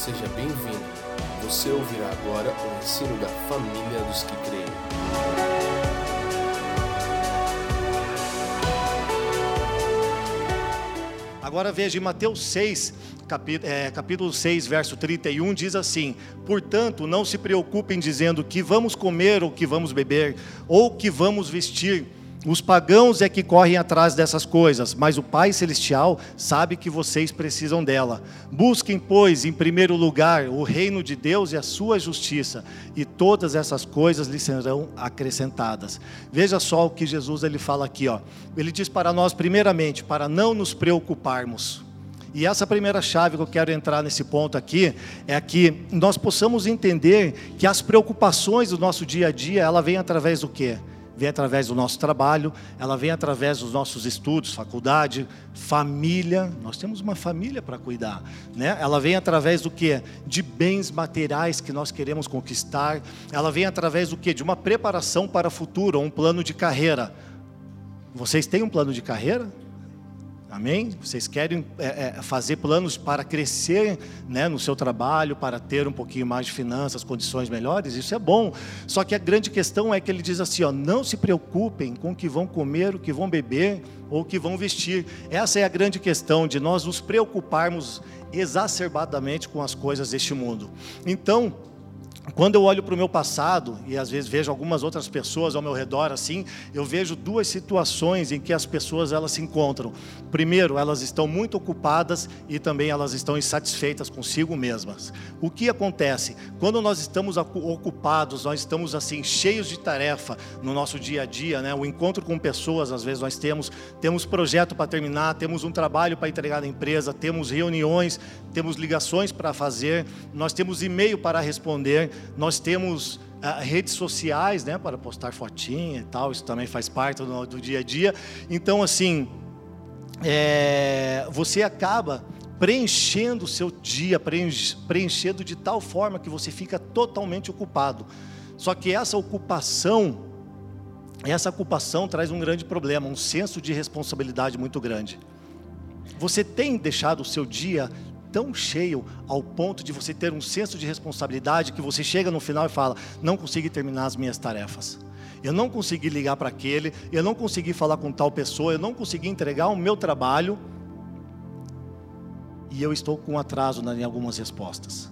Seja bem-vindo. Você ouvirá agora o ensino da família dos que creem. Agora veja, em Mateus 6, capítulo 6, verso 31, diz assim: portanto, não se preocupem dizendo que vamos comer ou que vamos beber, ou que vamos vestir. Os pagãos é que correm atrás dessas coisas, mas o Pai Celestial sabe que vocês precisam dela. Busquem, pois, em primeiro lugar o reino de Deus e a sua justiça, e todas essas coisas lhes serão acrescentadas. Veja só o que Jesus ele fala aqui, ó. Ele diz para nós, primeiramente, para não nos preocuparmos. E essa primeira chave que eu quero entrar nesse ponto aqui, é que nós possamos entender que as preocupações do nosso dia a dia, ela vem através do quê? Vem através do nosso trabalho, ela vem através dos nossos estudos, faculdade, família. Nós temos uma família para cuidar, né? Ela vem através do quê? De bens materiais que nós queremos conquistar. Ela vem através do quê? De uma preparação para o futuro, um plano de carreira. Vocês têm um plano de carreira? Amém? Vocês querem fazer planos para crescer, né, no seu trabalho, para ter um pouquinho mais de finanças, condições melhores? Isso é bom. Só que a grande questão é que ele diz assim, ó, não se preocupem com o que vão comer, o que vão beber ou o que vão vestir. Essa é a grande questão, de nós nos preocuparmos exacerbadamente com as coisas deste mundo. Então, quando eu olho para o meu passado, e às vezes vejo algumas outras pessoas ao meu redor assim, eu vejo duas situações em que as pessoas elas se encontram. Primeiro, elas estão muito ocupadas e também elas estão insatisfeitas consigo mesmas. O que acontece? Quando nós estamos ocupados, nós estamos assim cheios de tarefa no nosso dia a dia, né? O encontro com pessoas, às vezes nós temos projeto para terminar, temos um trabalho para entregar na empresa, temos reuniões, temos ligações para fazer, nós temos e-mail para responder, nós temos redes sociais, né, para postar fotinha e tal, isso também faz parte do dia a dia. Então assim, você acaba preenchendo o seu dia, preenchendo de tal forma que você fica totalmente ocupado. Só que essa ocupação traz um grande problema, um senso de responsabilidade muito grande. Você tem deixado o seu dia tão cheio ao ponto de você ter um senso de responsabilidade que você chega no final e fala, não consegui terminar as minhas tarefas, eu não consegui ligar para aquele, eu não consegui falar com tal pessoa, eu não consegui entregar o meu trabalho e eu estou com atraso em algumas respostas.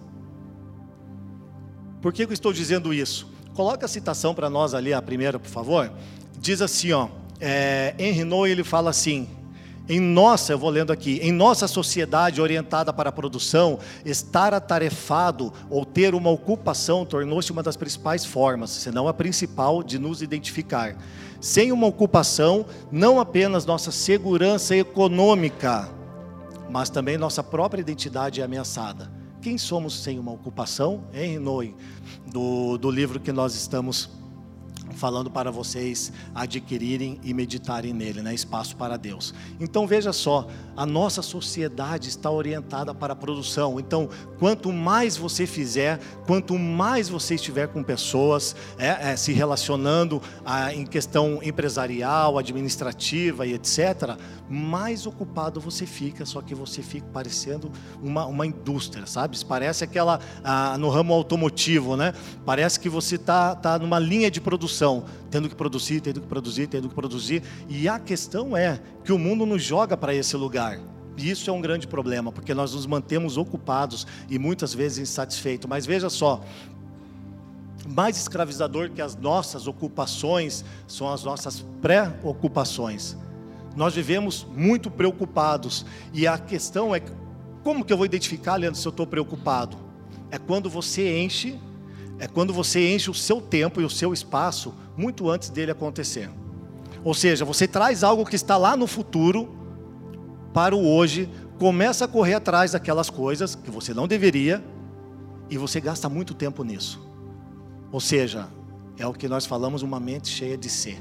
Por que eu estou dizendo isso? Coloca a citação para nós ali, a primeira, por favor. Diz assim, ó, Henry Nouwen, ele fala assim: eu vou lendo aqui, em nossa sociedade orientada para a produção, estar atarefado ou ter uma ocupação tornou-se uma das principais formas, se não a principal, de nos identificar. Sem uma ocupação, não apenas nossa segurança econômica, mas também nossa própria identidade é ameaçada. Quem somos sem uma ocupação? Henry Nouwen, do livro que nós estamos falando para vocês adquirirem e meditarem nele, né? Espaço para Deus. Então veja só, a nossa sociedade está orientada para a produção. Então, quanto mais você fizer, quanto mais você estiver com pessoas, se relacionando em questão empresarial, administrativa e etc., mais ocupado você fica, só que você fica parecendo uma indústria, sabe? Parece aquela, no ramo automotivo, né? Parece que você está numa linha de produção, tendo que produzir, e a questão é que o mundo nos joga para esse lugar, e isso é um grande problema, porque nós nos mantemos ocupados e muitas vezes insatisfeitos. Mas veja só, mais escravizador que as nossas ocupações são as nossas pré-ocupações. Nós vivemos muito preocupados, e a questão é, como que eu vou identificar, Leandro, se eu estou preocupado? É quando você enche o seu tempo e o seu espaço muito antes dele acontecer. Ou seja, você traz algo que está lá no futuro para o hoje, começa a correr atrás daquelas coisas que você não deveria, e você gasta muito tempo nisso. Ou seja, é o que nós falamos, uma mente cheia de ser.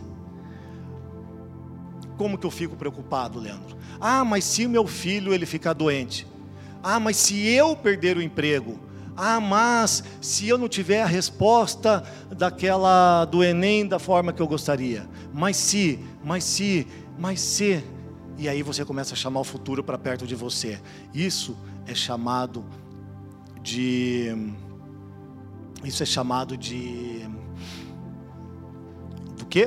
Como que eu fico preocupado, Leandro? Mas se o meu filho ele ficar doente? Mas se eu perder o emprego? Mas se eu não tiver a resposta do Enem da forma que eu gostaria? Mas se, e aí você começa a chamar o futuro para perto de você. Isso é chamado Isso é chamado de... Do quê?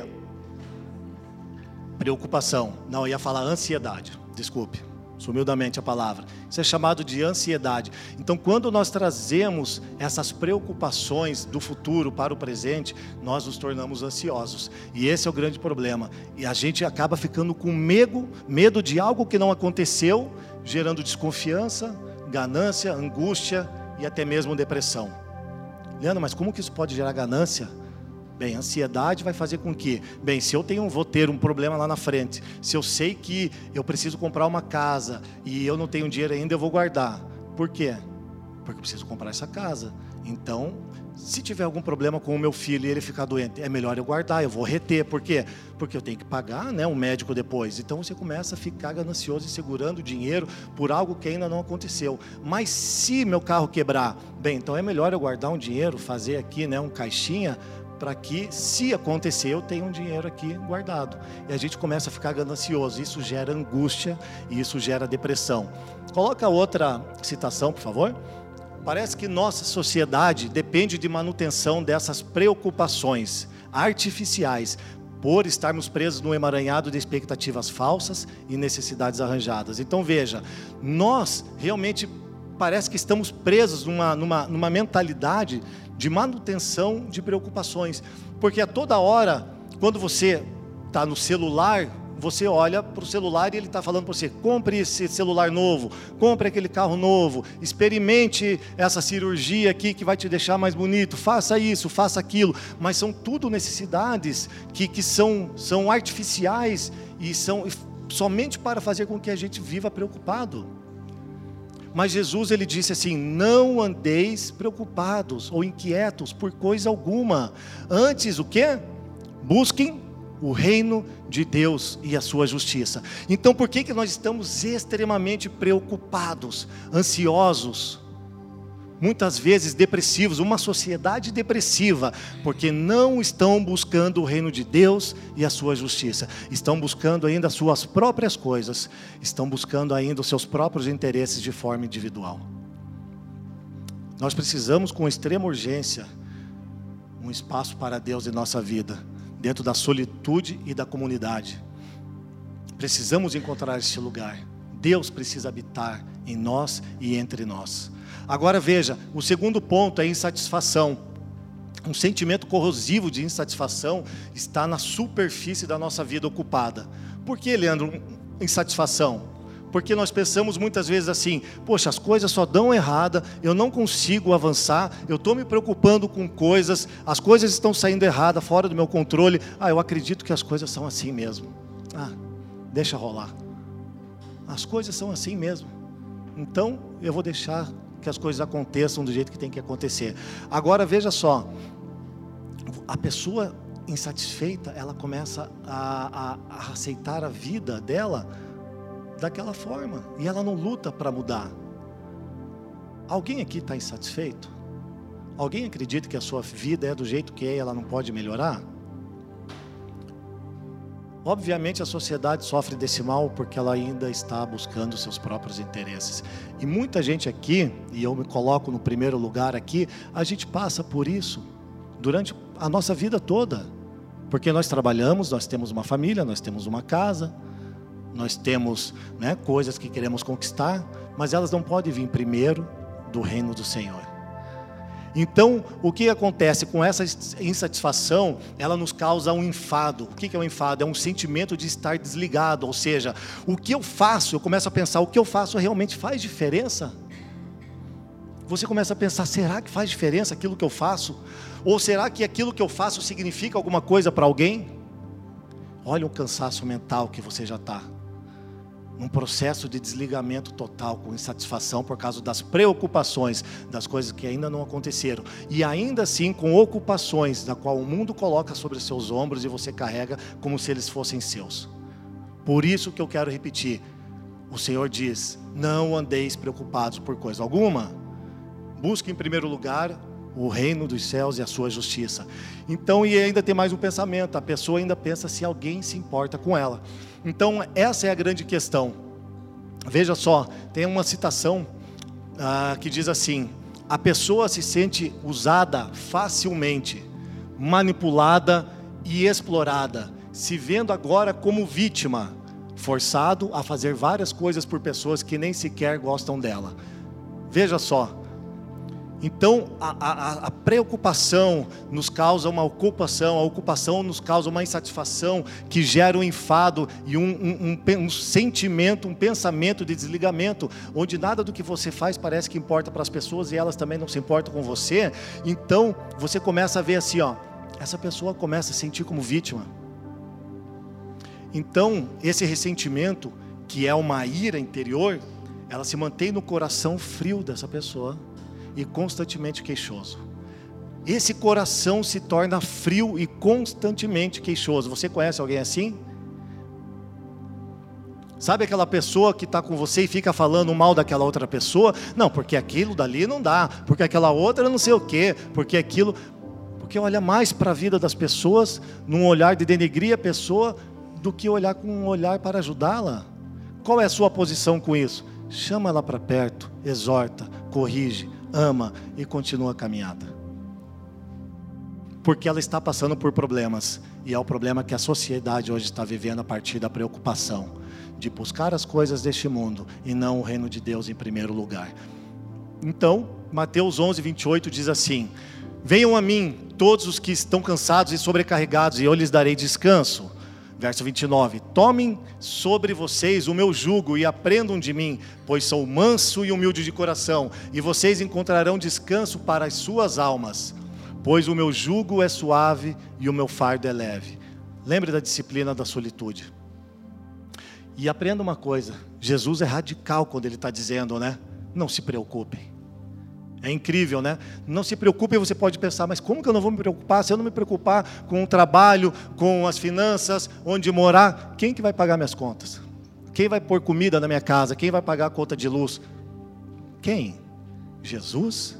Preocupação. Não, eu ia falar ansiedade. Desculpe, sumiu da mente a palavra. Isso é chamado de ansiedade. Então, quando nós trazemos essas preocupações do futuro para o presente, nós nos tornamos ansiosos. E esse é o grande problema. E a gente acaba ficando com medo de algo que não aconteceu, gerando desconfiança, ganância, angústia e até mesmo depressão. Leandro, mas como que isso pode gerar ganância? Bem, a ansiedade vai fazer com que, se eu vou ter um problema lá na frente, se eu sei que eu preciso comprar uma casa e eu não tenho dinheiro ainda, eu vou guardar. Por quê? Porque eu preciso comprar essa casa. Então, se tiver algum problema com o meu filho e ele ficar doente, é melhor eu guardar, eu vou reter. Por quê? Porque eu tenho que pagar, um médico depois. Então você começa a ficar ganancioso e segurando dinheiro por algo que ainda não aconteceu. Mas se meu carro quebrar, então é melhor eu guardar um dinheiro, fazer aqui um caixinha, para que, se acontecer, eu tenha um dinheiro aqui guardado. E a gente começa a ficar ganancioso. Isso gera angústia e isso gera depressão. Coloca outra citação, por favor. Parece que nossa sociedade depende de manutenção dessas preocupações artificiais, por estarmos presos num emaranhado de expectativas falsas e necessidades arranjadas. Então veja, nós realmente parece que estamos presos numa mentalidade de manutenção de preocupações, porque a toda hora, quando você está no celular, você olha para o celular e ele está falando para você: compre esse celular novo, compre aquele carro novo, experimente essa cirurgia aqui que vai te deixar mais bonito, faça isso, faça aquilo. Mas são tudo necessidades que são artificiais e são somente para fazer com que a gente viva preocupado. Mas Jesus, ele disse assim: não andeis preocupados ou inquietos por coisa alguma. Antes, o quê? Busquem o reino de Deus e a sua justiça. Então, por que nós estamos extremamente preocupados, ansiosos, muitas vezes depressivos, uma sociedade depressiva, porque não estão buscando o reino de Deus e a sua justiça, estão buscando ainda as suas próprias coisas, estão buscando ainda os seus próprios interesses de forma individual. Nós precisamos, com extrema urgência, um espaço para Deus em nossa vida, dentro da solitude e da comunidade. Precisamos encontrar esse lugar. Deus precisa habitar em nós e entre nós. Agora veja, o segundo ponto é insatisfação. Um sentimento corrosivo de insatisfação está na superfície da nossa vida ocupada. Por que, Leandro, insatisfação? Porque nós pensamos muitas vezes assim: poxa, as coisas só dão errada, eu não consigo avançar, eu estou me preocupando com coisas, as coisas estão saindo erradas, fora do meu controle. Eu acredito que as coisas são assim mesmo. Deixa rolar. As coisas são assim mesmo. Então, eu vou deixar que as coisas aconteçam do jeito que tem que acontecer. Agora, veja só, a pessoa insatisfeita, ela começa a aceitar a vida dela daquela forma, e ela não luta para mudar. Alguém aqui está insatisfeito? Alguém acredita que a sua vida é do jeito que é e ela não pode melhorar? Obviamente a sociedade sofre desse mal porque ela ainda está buscando seus próprios interesses. E muita gente aqui, e eu me coloco no primeiro lugar aqui, a gente passa por isso durante a nossa vida toda. Porque nós trabalhamos, nós temos uma família, nós temos uma casa, nós temos coisas que queremos conquistar, mas elas não podem vir primeiro do reino do Senhor. Então, o que acontece com essa insatisfação? Ela nos causa um enfado. O que é um enfado? É um sentimento de estar desligado, ou seja, o que eu faço, eu começo a pensar, o que eu faço realmente faz diferença? Você começa a pensar, será que faz diferença aquilo que eu faço? Ou será que aquilo que eu faço significa alguma coisa para alguém? Olha o cansaço mental que você já está. Num processo de desligamento total, com insatisfação por causa das preocupações, das coisas que ainda não aconteceram. E ainda assim com ocupações, da qual o mundo coloca sobre os seus ombros e você carrega como se eles fossem seus. Por isso que eu quero repetir. O Senhor diz: não andeis preocupados por coisa alguma. Busque em primeiro lugar o reino dos céus e a sua justiça. Então, e ainda tem mais um pensamento. A pessoa ainda pensa se alguém se importa com ela. Então, essa é a grande questão. Veja só, tem uma citação que diz assim: a pessoa se sente usada facilmente, manipulada e explorada, se vendo agora como vítima, forçado a fazer várias coisas por pessoas que nem sequer gostam dela. Veja só. Então, a preocupação nos causa uma ocupação, a ocupação nos causa uma insatisfação que gera um enfado e um sentimento, um pensamento de desligamento, onde nada do que você faz parece que importa para as pessoas e elas também não se importam com você. Então, você começa a ver assim, essa pessoa começa a se sentir como vítima. Então, esse ressentimento, que é uma ira interior, ela se mantém no coração frio dessa pessoa e constantemente queixoso. Esse coração se torna frio e constantemente queixoso. Você conhece alguém assim? Sabe aquela pessoa que está com você e fica falando mal daquela outra pessoa? Não, porque aquilo dali não dá, porque aquela outra não sei o quê, porque aquilo... Porque olha mais para a vida das pessoas, num olhar de denegrir a pessoa, do que olhar com um olhar para ajudá-la. Qual é a sua posição com isso? Chama ela para perto, exorta, corrige, ama e continua a caminhada. Porque ela está passando por problemas, e é o problema que a sociedade hoje está vivendo a partir da preocupação de buscar as coisas deste mundo e não o reino de Deus em primeiro lugar. Então, Mateus 11:28 diz assim: venham a mim todos os que estão cansados e sobrecarregados, e eu lhes darei descanso. Verso 29, tomem sobre vocês o meu jugo e aprendam de mim, pois sou manso e humilde de coração, e vocês encontrarão descanso para as suas almas, pois o meu jugo é suave e o meu fardo é leve. Lembre da disciplina da solitude. E aprenda uma coisa, Jesus é radical quando ele está dizendo, não se preocupem. É incrível, Não se preocupe, você pode pensar, mas como que eu não vou me preocupar? Se eu não me preocupar com o trabalho, com as finanças, onde morar, quem que vai pagar minhas contas? Quem vai pôr comida na minha casa? Quem vai pagar a conta de luz? Quem? Jesus?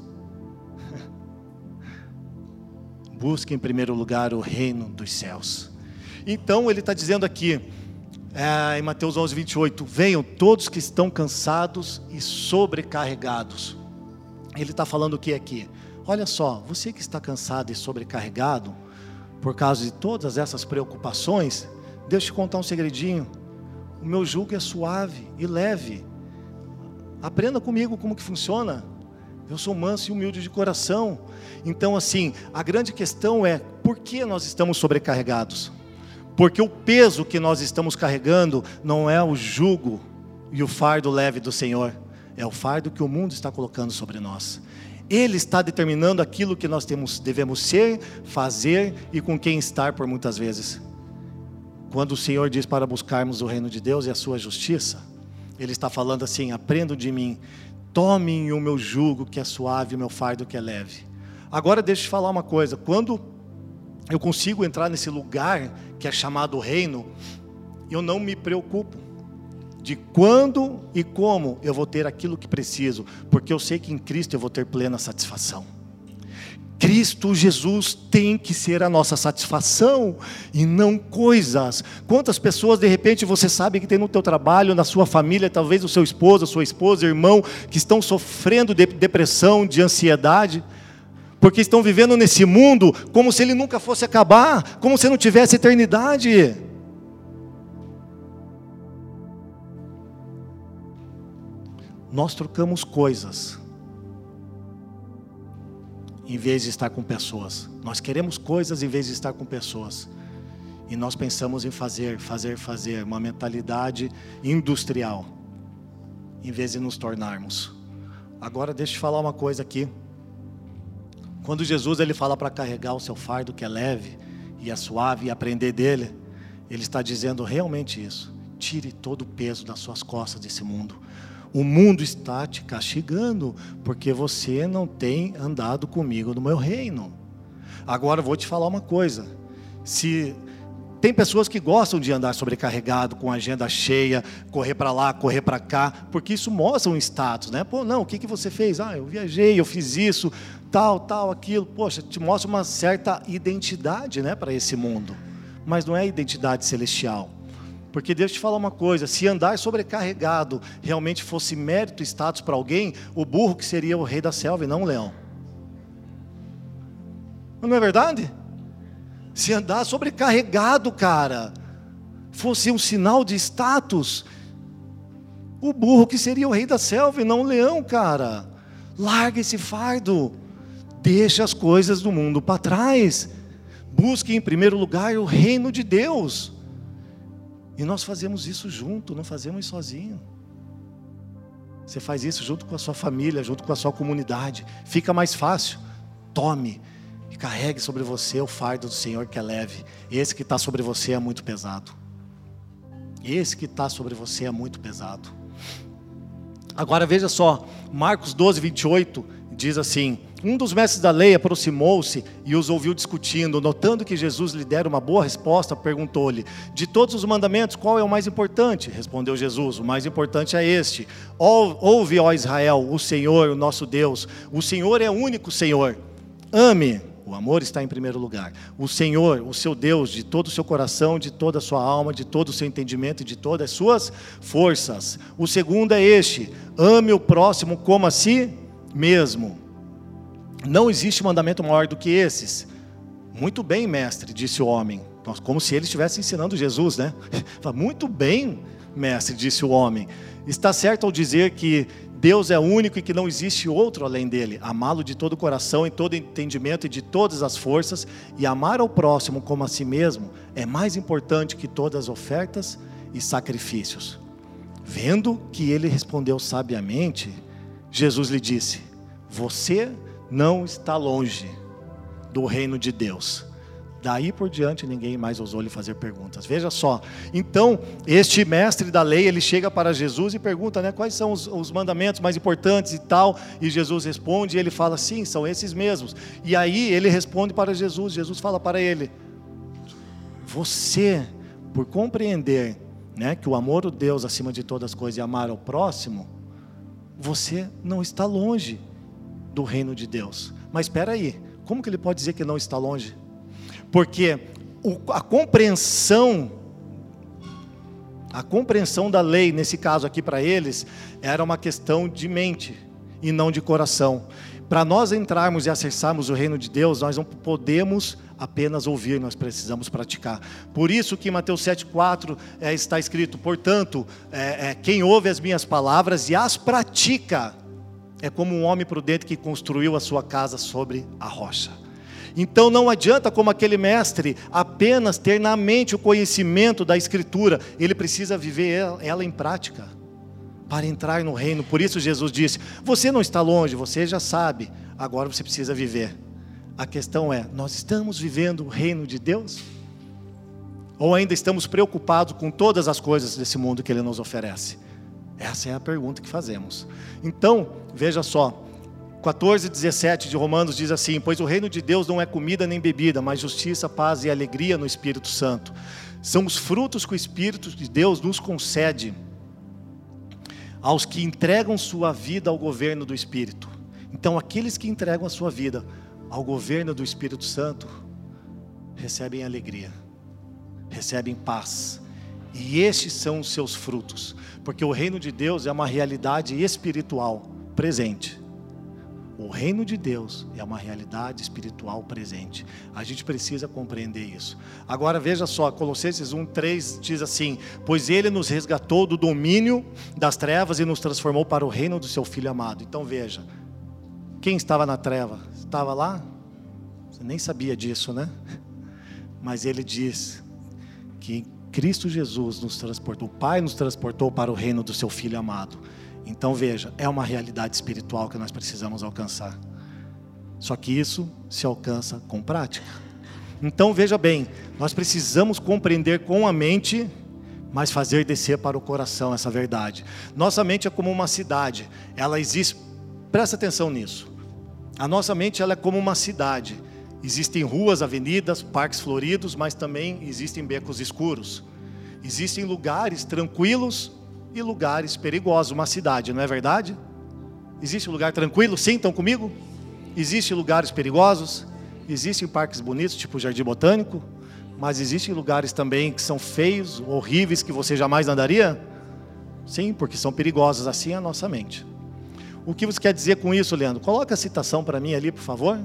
Busque em primeiro lugar o reino dos céus. Então ele está dizendo aqui, em Mateus 11:28, venham todos que estão cansados e sobrecarregados. Ele está falando o que aqui? Olha só, você que está cansado e sobrecarregado, por causa de todas essas preocupações, deixa eu te contar um segredinho. O meu jugo é suave e leve. Aprenda comigo como que funciona. Eu sou manso e humilde de coração. Então assim, a grande questão é, por que nós estamos sobrecarregados? Porque o peso que nós estamos carregando não é o jugo e o fardo leve do Senhor. É o fardo que o mundo está colocando sobre nós. Ele está determinando aquilo que nós devemos ser, fazer e com quem estar por muitas vezes. Quando o Senhor diz para buscarmos o reino de Deus e a sua justiça, Ele está falando assim, aprendam de mim, tomem o meu jugo que é suave e o meu fardo que é leve. Agora deixa eu te falar uma coisa, quando eu consigo entrar nesse lugar que é chamado reino, eu não me preocupo de quando e como eu vou ter aquilo que preciso, porque eu sei que em Cristo eu vou ter plena satisfação. Cristo Jesus tem que ser a nossa satisfação e não coisas. Quantas pessoas de repente você sabe que tem no teu trabalho, na sua família, talvez o seu esposo, a sua esposa, irmão, que estão sofrendo de depressão, de ansiedade, porque estão vivendo nesse mundo como se ele nunca fosse acabar, como se não tivesse eternidade. Nós trocamos coisas em vez de estar com pessoas. Nós queremos coisas em vez de estar com pessoas. E nós pensamos em fazer, uma mentalidade industrial, em vez de nos tornarmos. Agora deixa eu te falar uma coisa aqui. Quando Jesus ele fala para carregar o seu fardo que é leve e é suave e aprender dele, ele está dizendo realmente isso. Tire todo o peso das suas costas desse mundo. O mundo está te castigando, porque você não tem andado comigo no meu reino. Agora eu vou te falar uma coisa. Se tem pessoas que gostam de andar sobrecarregado, com a agenda cheia, correr para lá, correr para cá, porque isso mostra um status, Pô, não, o que você fez? Eu viajei, eu fiz isso, tal, aquilo. Poxa, te mostra uma certa identidade, para esse mundo. Mas não é identidade celestial. Porque deixa eu te falar uma coisa, se andar sobrecarregado realmente fosse mérito e status para alguém, o burro que seria o rei da selva e não o leão. Não é verdade? Se andar sobrecarregado, cara, fosse um sinal de status, o burro que seria o rei da selva e não o leão, cara. Larga esse fardo, deixa as coisas do mundo para trás, busque em primeiro lugar o reino de Deus. E nós fazemos isso junto, não fazemos sozinho. Você faz isso junto com a sua família, junto com a sua comunidade, fica mais fácil. Tome e carregue sobre você o fardo do Senhor que é leve. Esse que está sobre você é muito pesado. Esse que está sobre você é muito pesado. Agora veja só, Marcos 12, 28, diz assim: um dos mestres da lei aproximou-se e os ouviu discutindo. Notando que Jesus lhe dera uma boa resposta, perguntou-lhe: de todos os mandamentos, qual é o mais importante? Respondeu Jesus: o mais importante é este: ouve, ó Israel, o Senhor, o nosso Deus, o Senhor é o único Senhor. Ame, o amor está em primeiro lugar, o Senhor, o seu Deus, de todo o seu coração, de toda a sua alma, de todo o seu entendimento e de todas as suas forças. O segundo é este: ame o próximo como a si mesmo. Não existe mandamento maior do que esses. Muito bem, mestre, disse o homem. Como se ele estivesse ensinando Jesus, né? Muito bem, mestre, disse o homem. Está certo ao dizer que Deus é único e que não existe outro além dele. Amá-lo de todo o coração, em todo entendimento e de todas as forças, e amar ao próximo como a si mesmo, é mais importante que todas as ofertas e sacrifícios. Vendo que ele respondeu sabiamente, Jesus lhe disse: você não está longe do reino de Deus. Daí por diante ninguém mais ousou lhe fazer perguntas. Veja só, então este mestre da lei, ele chega para Jesus e pergunta, né, quais são os mandamentos mais importantes e tal, e Jesus responde, e ele fala, sim, são esses mesmos. E aí ele responde para Jesus, Jesus fala para ele: você, por compreender, né, que o amor de Deus acima de todas as coisas e amar ao próximo, você não está longe do reino de Deus. Mas espera aí, como que ele pode dizer que não está longe? Porque a compreensão da lei, nesse caso aqui para eles, era uma questão de mente e não de coração. Para nós entrarmos e acessarmos o reino de Deus, nós não podemos apenas ouvir, nós precisamos praticar. Por isso que em Mateus 7,4 está escrito: portanto, quem ouve as minhas palavras e as pratica, é como um homem prudente que construiu a sua casa sobre a rocha. Então não adianta, como aquele mestre, apenas ter na mente o conhecimento da Escritura, ele precisa viver ela em prática, para entrar no reino. Por isso Jesus disse: você não está longe, você já sabe, agora você precisa viver. A questão é, nós estamos vivendo o reino de Deus? Ou ainda estamos preocupados com todas as coisas desse mundo que Ele nos oferece? Essa é a pergunta que fazemos. Então, veja só, 14:17 de Romanos diz assim: pois o reino de Deus não é comida nem bebida, mas justiça, paz e alegria no Espírito Santo. São os frutos que o Espírito de Deus nos concede aos que entregam sua vida ao governo do Espírito. Então aqueles que entregam a sua vida ao governo do Espírito Santo recebem alegria, recebem paz, e estes são os seus frutos, porque o reino de Deus é uma realidade espiritual presente. O reino de Deus é uma realidade espiritual presente. A gente precisa compreender isso. Agora veja só, Colossenses 1:3 diz assim: pois Ele nos resgatou do domínio das trevas e nos transformou para o reino do seu Filho amado. Então veja, quem estava na treva? Estava lá? Você nem sabia disso, né? Mas Ele diz que Cristo Jesus nos transportou, o Pai nos transportou para o reino do seu Filho amado. Então veja, é uma realidade espiritual que nós precisamos alcançar. Só que isso se alcança com prática. Então veja bem, nós precisamos compreender com a mente, mas fazer descer para o coração essa verdade. Nossa mente é como uma cidade, ela existe, presta atenção nisso. A nossa mente ela é como uma cidade. Existem ruas, avenidas, parques floridos, mas também existem becos escuros. Existem lugares tranquilos e lugares perigosos, uma cidade, não é verdade? Existe um lugar tranquilo? Sim, estão comigo? Existem lugares perigosos? Existem parques bonitos, tipo o Jardim Botânico? Mas existem lugares também que são feios, horríveis, que você jamais andaria? Sim, porque são perigosos, assim é a nossa mente. O que você quer dizer com isso, Leandro? Coloca a citação para mim ali, por favor.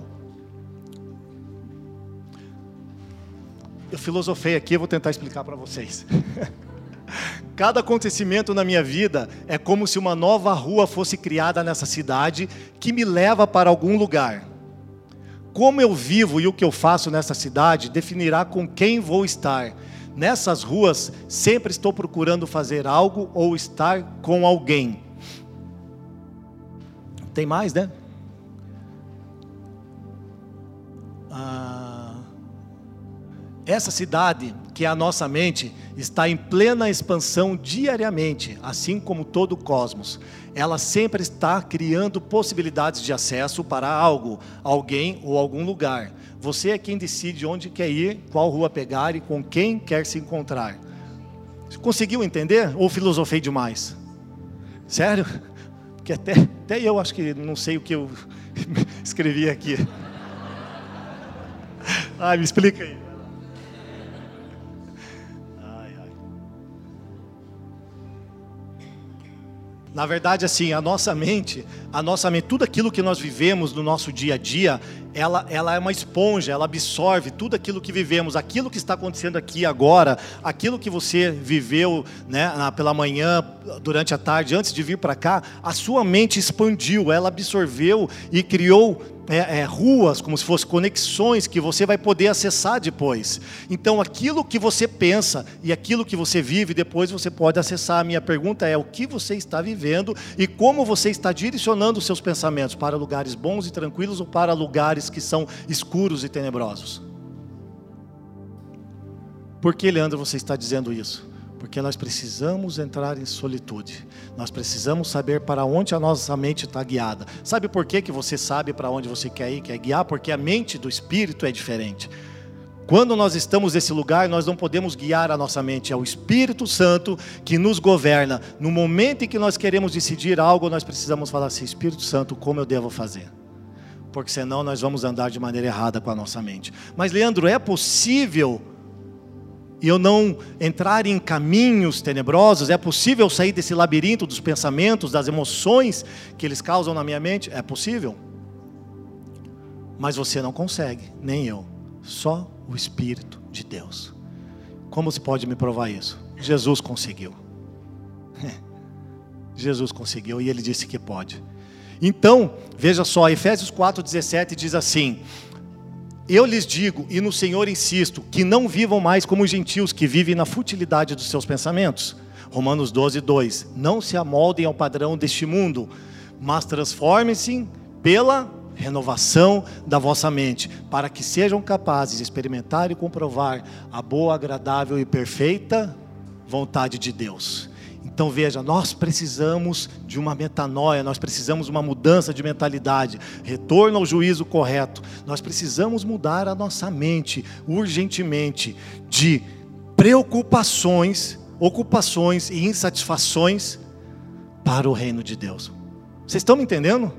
Eu filosofei aqui, eu vou tentar explicar para vocês. Cada acontecimento na minha vida é como se uma nova rua fosse criada nessa cidade que me leva para algum lugar. Como eu vivo e o que eu faço nessa cidade definirá com quem vou estar. Nessas ruas, sempre estou procurando fazer algo ou estar com alguém. Tem mais, né? Essa cidade, que é a nossa mente, está em plena expansão diariamente, assim como todo o cosmos. Ela sempre está criando possibilidades de acesso para algo, alguém ou algum lugar. Você é quem decide onde quer ir, qual rua pegar e com quem quer se encontrar. Conseguiu entender? Ou filosofei demais? Sério? Porque até eu acho que não sei o que eu escrevi aqui. Me explica aí. Na verdade, assim, a nossa mente, tudo aquilo que nós vivemos no nosso dia a dia, ela é uma esponja, ela absorve tudo aquilo que vivemos, aquilo que está acontecendo aqui agora, aquilo que você viveu, né, pela manhã, durante a tarde, antes de vir para cá, a sua mente expandiu, ela absorveu e criou ruas, como se fossem conexões que você vai poder acessar depois. Então aquilo que você pensa e aquilo que você vive, depois você pode acessar. A minha pergunta é: o que você está vivendo e como você está direcionando os seus pensamentos, para lugares bons e tranquilos ou para lugares que são escuros e tenebrosos? Por que, Leandro, você está dizendo isso? Porque nós precisamos entrar em solitude. Nós precisamos saber para onde a nossa mente está guiada. Sabe por que você sabe para onde você quer ir, quer guiar? Porque a mente do Espírito é diferente. Quando nós estamos nesse lugar, nós não podemos guiar a nossa mente. É o Espírito Santo que nos governa. No momento em que nós queremos decidir algo, nós precisamos falar assim: Espírito Santo, como eu devo fazer? Porque senão nós vamos andar de maneira errada com a nossa mente. Mas, Leandro, é possível eu não entrar em caminhos tenebrosos? É possível sair desse labirinto dos pensamentos, das emoções que eles causam na minha mente? É possível. Mas você não consegue, nem eu. Só o Espírito de Deus. Como se pode me provar isso? Jesus conseguiu. Jesus conseguiu e Ele disse que pode. Então, veja só, Efésios 4,17 diz assim: eu lhes digo, e no Senhor insisto, que não vivam mais como os gentios que vivem na futilidade dos seus pensamentos. Romanos 12:2. Não se amoldem ao padrão deste mundo, mas transformem-se pela renovação da vossa mente, para que sejam capazes de experimentar e comprovar a boa, agradável e perfeita vontade de Deus. Então veja, nós precisamos de uma metanoia, nós precisamos de uma mudança de mentalidade, retorno ao juízo correto. Nós precisamos mudar a nossa mente urgentemente de preocupações, ocupações e insatisfações para o reino de Deus. Vocês estão me entendendo?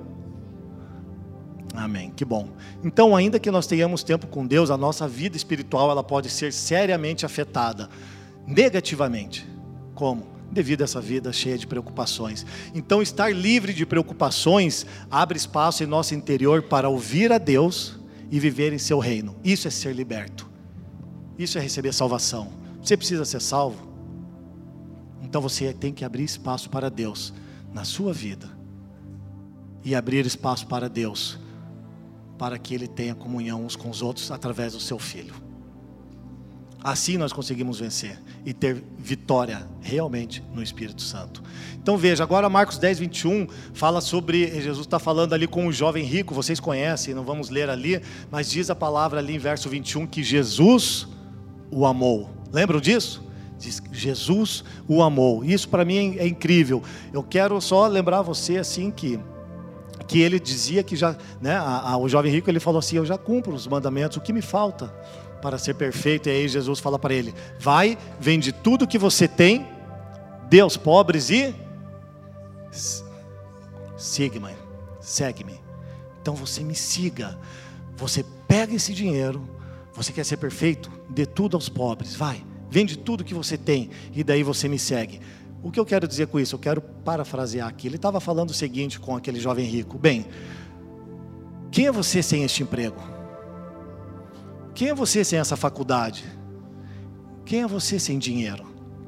Amém, que bom. Então, ainda que nós tenhamos tempo com Deus, a nossa vida espiritual ela pode ser seriamente afetada, negativamente. Como? Devido a essa vida cheia de preocupações. Então, estar livre de preocupações abre espaço em nosso interior para ouvir a Deus e viver em seu reino. Isso é ser liberto. Isso é receber salvação. Você precisa ser salvo? Então você tem que abrir espaço para Deus na sua vida. E abrir espaço para Deus, para que Ele tenha comunhão uns com os outros através do seu Filho. Assim nós conseguimos vencer e ter vitória realmente no Espírito Santo. Então veja, agora Marcos 10:21 fala sobre, Jesus está falando ali com o jovem rico, vocês conhecem, não vamos ler ali, mas diz a palavra ali em verso 21 que Jesus o amou. Lembram disso? Diz que Jesus o amou. Isso para mim é incrível. Eu quero só lembrar você assim que ele dizia que já, né, o jovem rico, ele falou assim: eu já cumpro os mandamentos, o que me falta para ser perfeito? E aí Jesus fala para ele: vai, vende tudo que você tem, dê aos pobres e segue-me. Então você me siga. Você pega esse dinheiro, Você quer ser perfeito? Dê tudo aos pobres, vai. Vende tudo que você tem e daí você me segue. O que eu quero dizer com isso? Eu quero parafrasear aqui. Ele estava falando o seguinte com aquele jovem rico. Bem, quem é você sem este emprego? Quem é você sem essa faculdade? Quem é você sem dinheiro?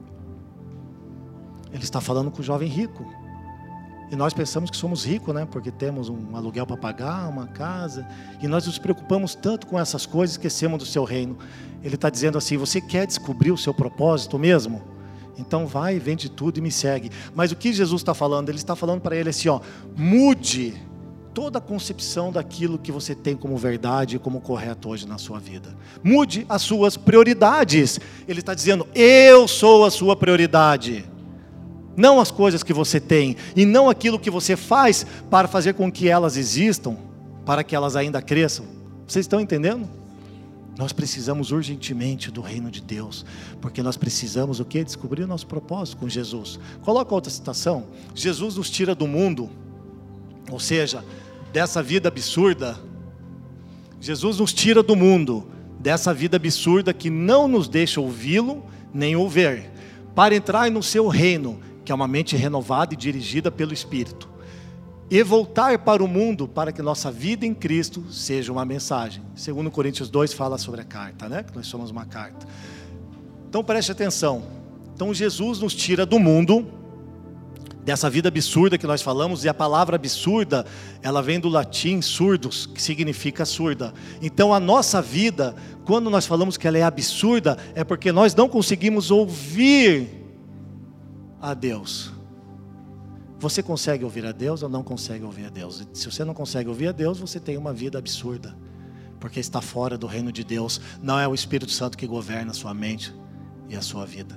Ele está falando com o jovem rico. E nós pensamos que somos ricos, né? Porque temos um aluguel para pagar, uma casa. E nós nos preocupamos tanto com essas coisas, esquecemos do seu reino. Ele está dizendo assim, você quer descobrir o seu propósito mesmo? Então vai, vende tudo e me segue. Mas o que Jesus está falando? Ele está falando para ele assim, ó, mude toda a concepção daquilo que você tem como verdade e como correto hoje na sua vida. Mude as suas prioridades. Ele está dizendo, eu sou a sua prioridade. Não as coisas que você tem, e não aquilo que você faz para fazer com que elas existam, para que elas ainda cresçam. Vocês estão entendendo? Nós precisamos urgentemente do reino de Deus, porque nós precisamos o quê? Descobrir o nosso propósito com Jesus. Coloca outra citação. Jesus nos tira do mundo, ou seja, dessa vida absurda. Jesus nos tira do mundo, dessa vida absurda que não nos deixa ouvi-lo, nem ouvir, para entrar no seu reino, que é uma mente renovada e dirigida pelo Espírito, e voltar para o mundo para que nossa vida em Cristo seja uma mensagem. 2 Coríntios 2 fala sobre a carta, né? Que nós somos uma carta. Então preste atenção. Então Jesus nos tira do mundo, dessa vida absurda que nós falamos, e a palavra absurda, ela vem do latim surdos, que significa surda. Então a nossa vida, quando nós falamos que ela é absurda, é porque nós não conseguimos ouvir a Deus. Você consegue ouvir a Deus ou não consegue ouvir a Deus? Se você não consegue ouvir a Deus, você tem uma vida absurda, porque está fora do reino de Deus. Não é o Espírito Santo que governa a sua mente e a sua vida.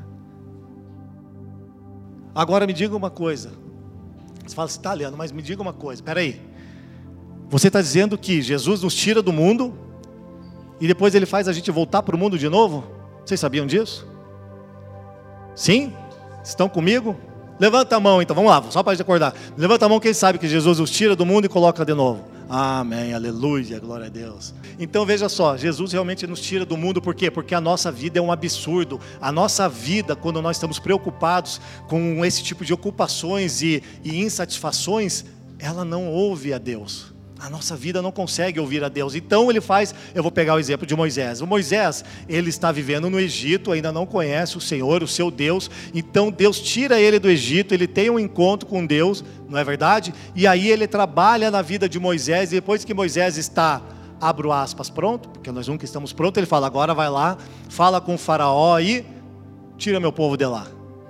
Agora me diga uma coisa. Você fala assim, tá, Leandro, mas me diga uma coisa. Espera aí. Você está dizendo que Jesus nos tira do mundo e depois Ele faz a gente voltar para o mundo de novo? Vocês sabiam disso? Sim? Estão comigo? Levanta a mão então, vamos lá, só para a gente acordar. Levanta a mão quem sabe que Jesus nos tira do mundo e coloca de novo. Amém, aleluia, glória a Deus. Então veja só, Jesus realmente nos tira do mundo, por quê? Porque a nossa vida é um absurdo. A nossa vida, quando nós estamos preocupados com esse tipo de ocupações e insatisfações, ela não ouve a Deus. A nossa vida não consegue ouvir a Deus. Então Ele faz, eu vou pegar o exemplo de Moisés. O Moisés, ele está vivendo no Egito, ainda não conhece o Senhor, o seu Deus. Então Deus tira ele do Egito, ele tem um encontro com Deus, não é verdade? E aí ele trabalha na vida de Moisés, e depois que Moisés está, abro aspas, pronto, porque nós nunca estamos prontos, ele fala, agora vai lá, fala com o faraó e tira meu povo de lá.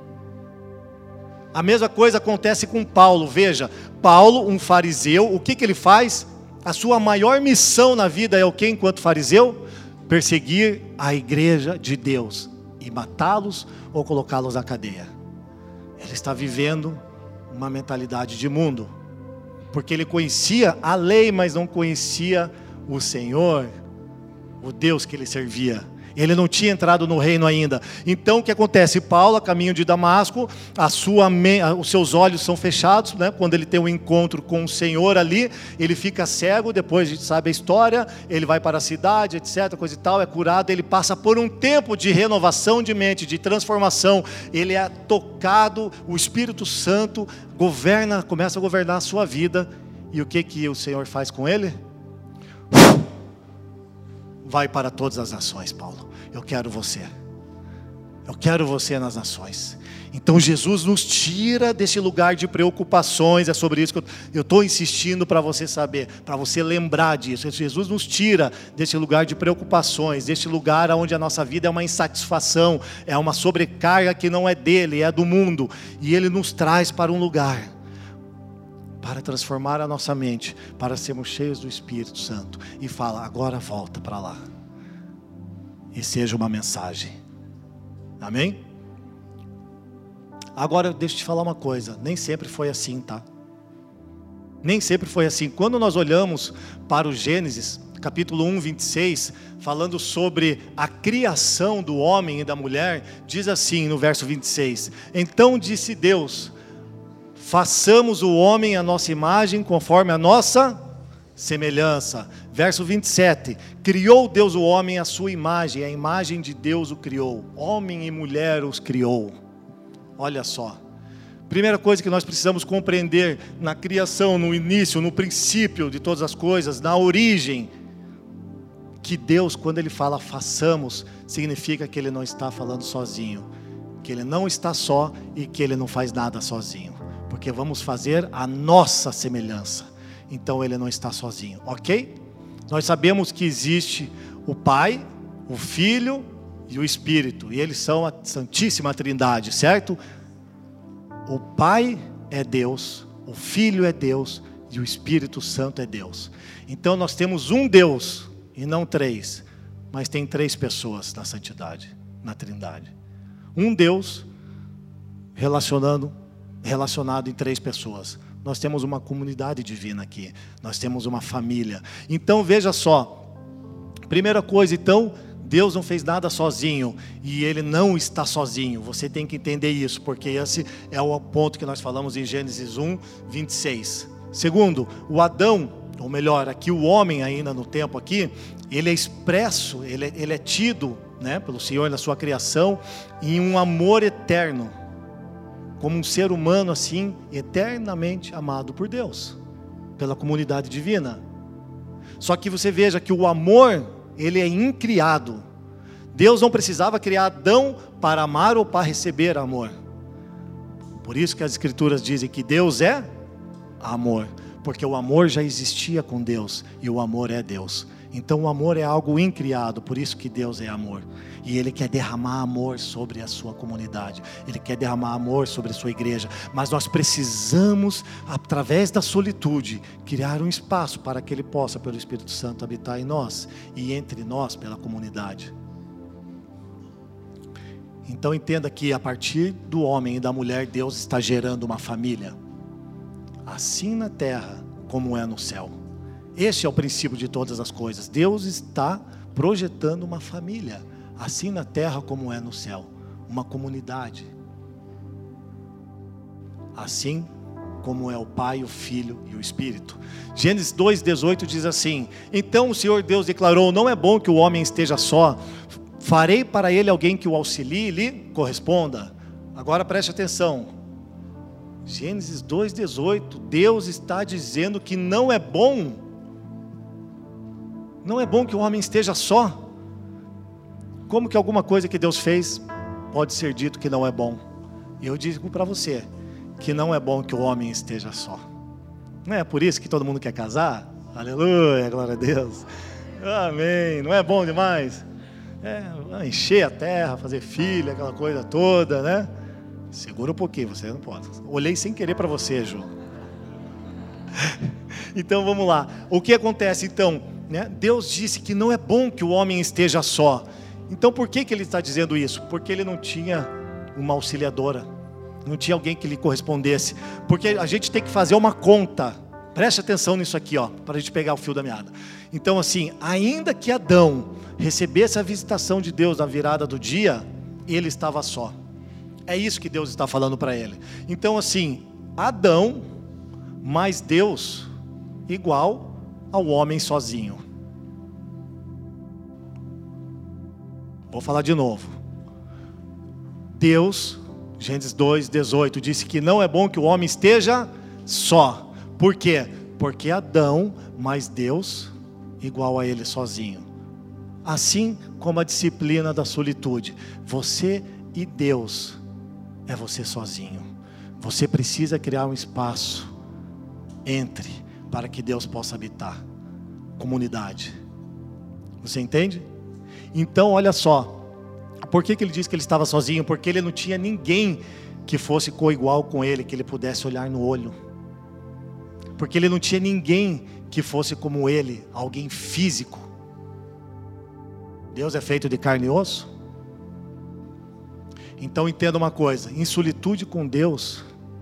A mesma coisa acontece com Paulo. Veja, Paulo, um fariseu, o que ele faz? A sua maior missão na vida é o que enquanto fariseu? Perseguir a igreja de Deus e matá-los ou colocá-los na cadeia. Ele está vivendo uma mentalidade de mundo, porque ele conhecia a lei, mas não conhecia o Senhor, o Deus que ele servia. Ele não tinha entrado no reino ainda. Então o que acontece? Paulo, a caminho de Damasco, os seus olhos são fechados, né? Quando ele tem um encontro com o Senhor ali, ele fica cego, depois a gente sabe a história, ele vai para a cidade, etc, coisa e tal, é curado, ele passa por um tempo de renovação de mente, de transformação, ele é tocado, o Espírito Santo começa a governar a sua vida, e o que o Senhor faz com ele? Vai para todas as nações, Paulo. Eu quero você. Eu quero você nas nações. Então Jesus nos tira desse lugar de preocupações. É sobre isso que eu estou insistindo para você saber, para você lembrar disso. Jesus nos tira desse lugar de preocupações, desse lugar onde a nossa vida é uma insatisfação, é uma sobrecarga que não é dele, é do mundo. E ele nos traz para um lugar para transformar a nossa mente, para sermos cheios do Espírito Santo. E fala, agora volta para lá. E seja uma mensagem. Amém? Agora deixa eu te falar uma coisa, nem sempre foi assim, tá? Nem sempre foi assim. Quando nós olhamos para o Gênesis, capítulo 1, 26, falando sobre a criação do homem e da mulher, diz assim no verso 26, então disse Deus, façamos o homem à nossa imagem, conforme a nossa semelhança. Verso 27, criou Deus o homem à sua imagem, a imagem de Deus o criou, homem e mulher os criou. Olha só, primeira coisa que nós precisamos compreender na criação, no início, no princípio de todas as coisas, na origem, que Deus, quando Ele fala façamos, significa que Ele não está falando sozinho, que Ele não está só e que Ele não faz nada sozinho, porque vamos fazer a nossa semelhança, então Ele não está sozinho, ok? Nós sabemos que existe o Pai, o Filho e o Espírito, e eles são a Santíssima Trindade, certo? O Pai é Deus, o Filho é Deus e o Espírito Santo é Deus. Então nós temos um Deus e não três, mas tem três pessoas na santidade, na Trindade. Um Deus relacionado em três pessoas. Nós temos uma comunidade divina aqui, nós temos uma família. Então veja só, primeira coisa, então, Deus não fez nada sozinho e Ele não está sozinho. Você tem que entender isso, porque esse é o ponto que nós falamos em Gênesis 1, 26. Segundo, o Adão, ou melhor, aqui o homem ainda no tempo aqui, ele é expresso, ele é tido, né, pelo Senhor na sua criação em um amor eterno, como um ser humano assim, eternamente amado por Deus, pela comunidade divina. Só que você veja que o amor, ele é incriado. Deus não precisava criar Adão para amar ou para receber amor. Por isso que as Escrituras dizem que Deus é amor, porque o amor já existia com Deus e o amor é Deus. Então o amor é algo incriado, por isso que Deus é amor. E Ele quer derramar amor sobre a sua comunidade, Ele quer derramar amor sobre a sua igreja. Mas nós precisamos, através da solitude, criar um espaço para que Ele possa, pelo Espírito Santo, habitar em nós e entre nós pela comunidade. Então entenda que a partir do homem e da mulher, Deus está gerando uma família, assim na terra como é no céu. Este é o princípio de todas as coisas. Deus está projetando uma família, assim na terra como é no céu, uma comunidade, assim como é o Pai, o Filho e o Espírito. Gênesis 2:18 diz assim: então o Senhor Deus declarou, não é bom que o homem esteja só, farei para ele alguém que o auxilie e lhe corresponda. Agora preste atenção, Gênesis 2:18, Deus está dizendo que não é bom que o homem esteja só. Como que alguma coisa que Deus fez pode ser dito que não é bom? Eu digo para você que não é bom que o homem esteja só. Não é por isso que todo mundo quer casar? Aleluia, glória a Deus. Amém. Não é bom demais? Encher a terra, fazer filho, aquela coisa toda, né? Segura um pouquinho, você não pode. Olhei sem querer para você, Ju. Então vamos lá. O que acontece então? Né? Deus disse que não é bom que o homem esteja só. Então por que Ele está dizendo isso? Porque ele não tinha uma auxiliadora, não tinha alguém que lhe correspondesse. Porque a gente tem que fazer uma conta. Preste atenção nisso aqui, ó, para a gente pegar o fio da meada. Então assim, ainda que Adão recebesse a visitação de Deus na virada do dia, ele estava só. É isso que Deus está falando para ele. Então assim, Adão mais Deus igual ao homem sozinho. Vou falar de novo. Deus, Gênesis 2:18, disse que não é bom que o homem esteja só. Por quê? Porque Adão mais Deus igual a ele sozinho. Assim como a disciplina da solitude. Você e Deus é você sozinho. Você precisa criar um espaço para que Deus possa habitar. Comunidade. Você entende? Então olha só, por que Ele disse que ele estava sozinho? Porque ele não tinha ninguém que fosse coigual com ele, que ele pudesse olhar no olho. Porque ele não tinha ninguém que fosse como ele, alguém físico. Deus é feito de carne e osso. Então entenda uma coisa, em solitude com Deus,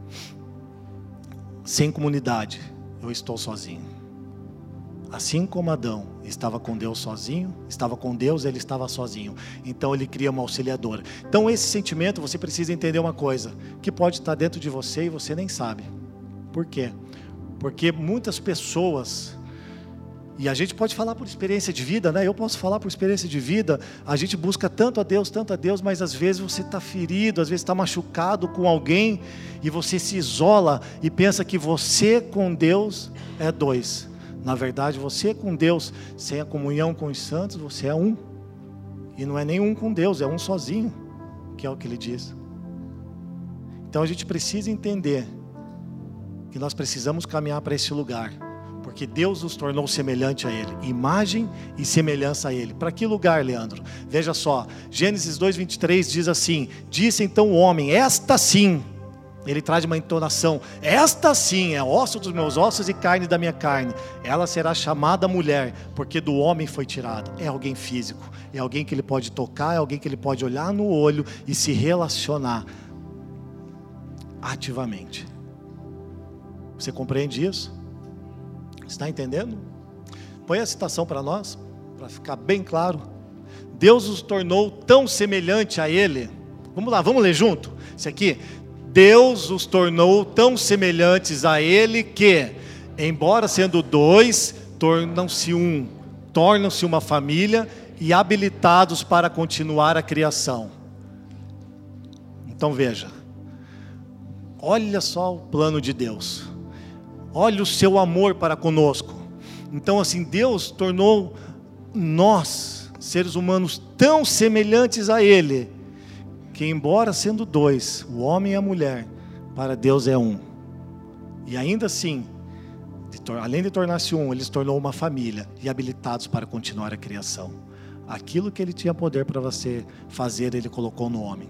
sem comunidade, eu estou sozinho. Assim como Adão estava com Deus sozinho, estava com Deus, ele estava sozinho. Então ele cria uma auxiliadora. Então esse sentimento, você precisa entender uma coisa, que pode estar dentro de você e você nem sabe. Por quê? Porque muitas pessoas E a gente pode falar por experiência de vida, né? Eu posso falar por experiência de vida. A gente busca tanto a Deus, mas às vezes você está ferido, às vezes está machucado com alguém, e você se isola e pensa que você com Deus é dois. Na verdade, você com Deus, sem a comunhão com os santos, você é um. E não é nem um com Deus, é um sozinho, que é o que ele diz. Então a gente precisa entender que nós precisamos caminhar para esse lugar, porque Deus nos tornou semelhante a Ele, imagem e semelhança a Ele. Para que lugar, Leandro? Veja só, Gênesis 2:23 diz assim: disse então o homem, esta sim, ele traz uma entonação, esta sim é osso dos meus ossos e carne da minha carne, ela será chamada mulher, porque do homem foi tirada. É alguém físico, é alguém que ele pode tocar, é alguém que ele pode olhar no olho e se relacionar ativamente. Você compreende isso? Está entendendo? Põe a citação para nós, para ficar bem claro. Deus os tornou tão semelhante a Ele. Vamos lá, vamos ler junto? Isso aqui. Deus os tornou tão semelhantes a Ele que, embora sendo dois, tornam-se uma família e habilitados para continuar a criação. Então veja, olha só o plano de Deus. Olha o seu amor para conosco. Então assim, Deus tornou nós, seres humanos, tão semelhantes a Ele, que embora sendo dois, o homem e a mulher, para Deus é um. E ainda assim, além de tornar-se um, Ele se tornou uma família e habilitados para continuar a criação. Aquilo que Ele tinha poder para você fazer, Ele colocou no homem.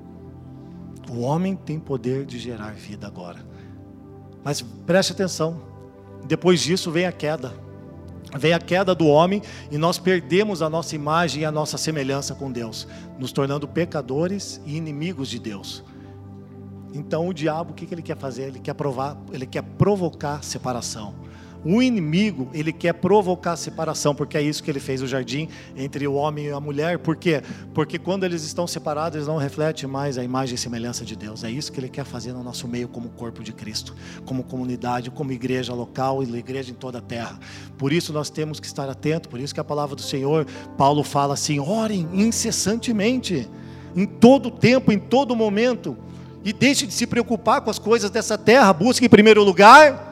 O homem tem poder de gerar vida agora. Mas preste atenção, depois disso vem a queda. Vem a queda do homem e nós perdemos a nossa imagem e a nossa semelhança com Deus, nos tornando pecadores e inimigos de Deus. Então o diabo, o que ele quer fazer? Ele quer provocar separação. O inimigo, ele quer provocar separação, porque é isso que ele fez no jardim entre o homem e a mulher. Por quê? Porque quando eles estão separados, eles não refletem mais a imagem e semelhança de Deus. É isso que ele quer fazer no nosso meio como corpo de Cristo, como comunidade, como igreja local e igreja em toda a terra. Por isso nós temos que estar atentos, por isso que a palavra do Senhor, Paulo fala assim: orem incessantemente, em todo tempo, em todo momento, e deixe de se preocupar com as coisas dessa terra, busque em primeiro lugar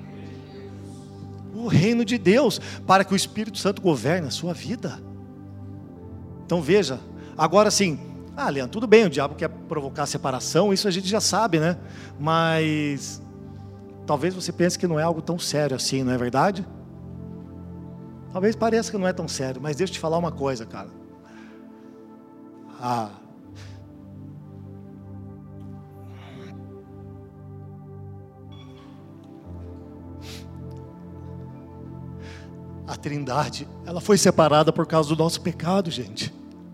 o reino de Deus, para que o Espírito Santo governe a sua vida. Então veja, agora sim, Leandro, tudo bem, o diabo quer provocar separação, isso a gente já sabe, né? Mas talvez você pense que não é algo tão sério assim, não é verdade? Talvez pareça que não é tão sério, mas deixa eu te falar uma coisa, cara. A Trindade, ela foi separada por causa do nosso pecado, gente.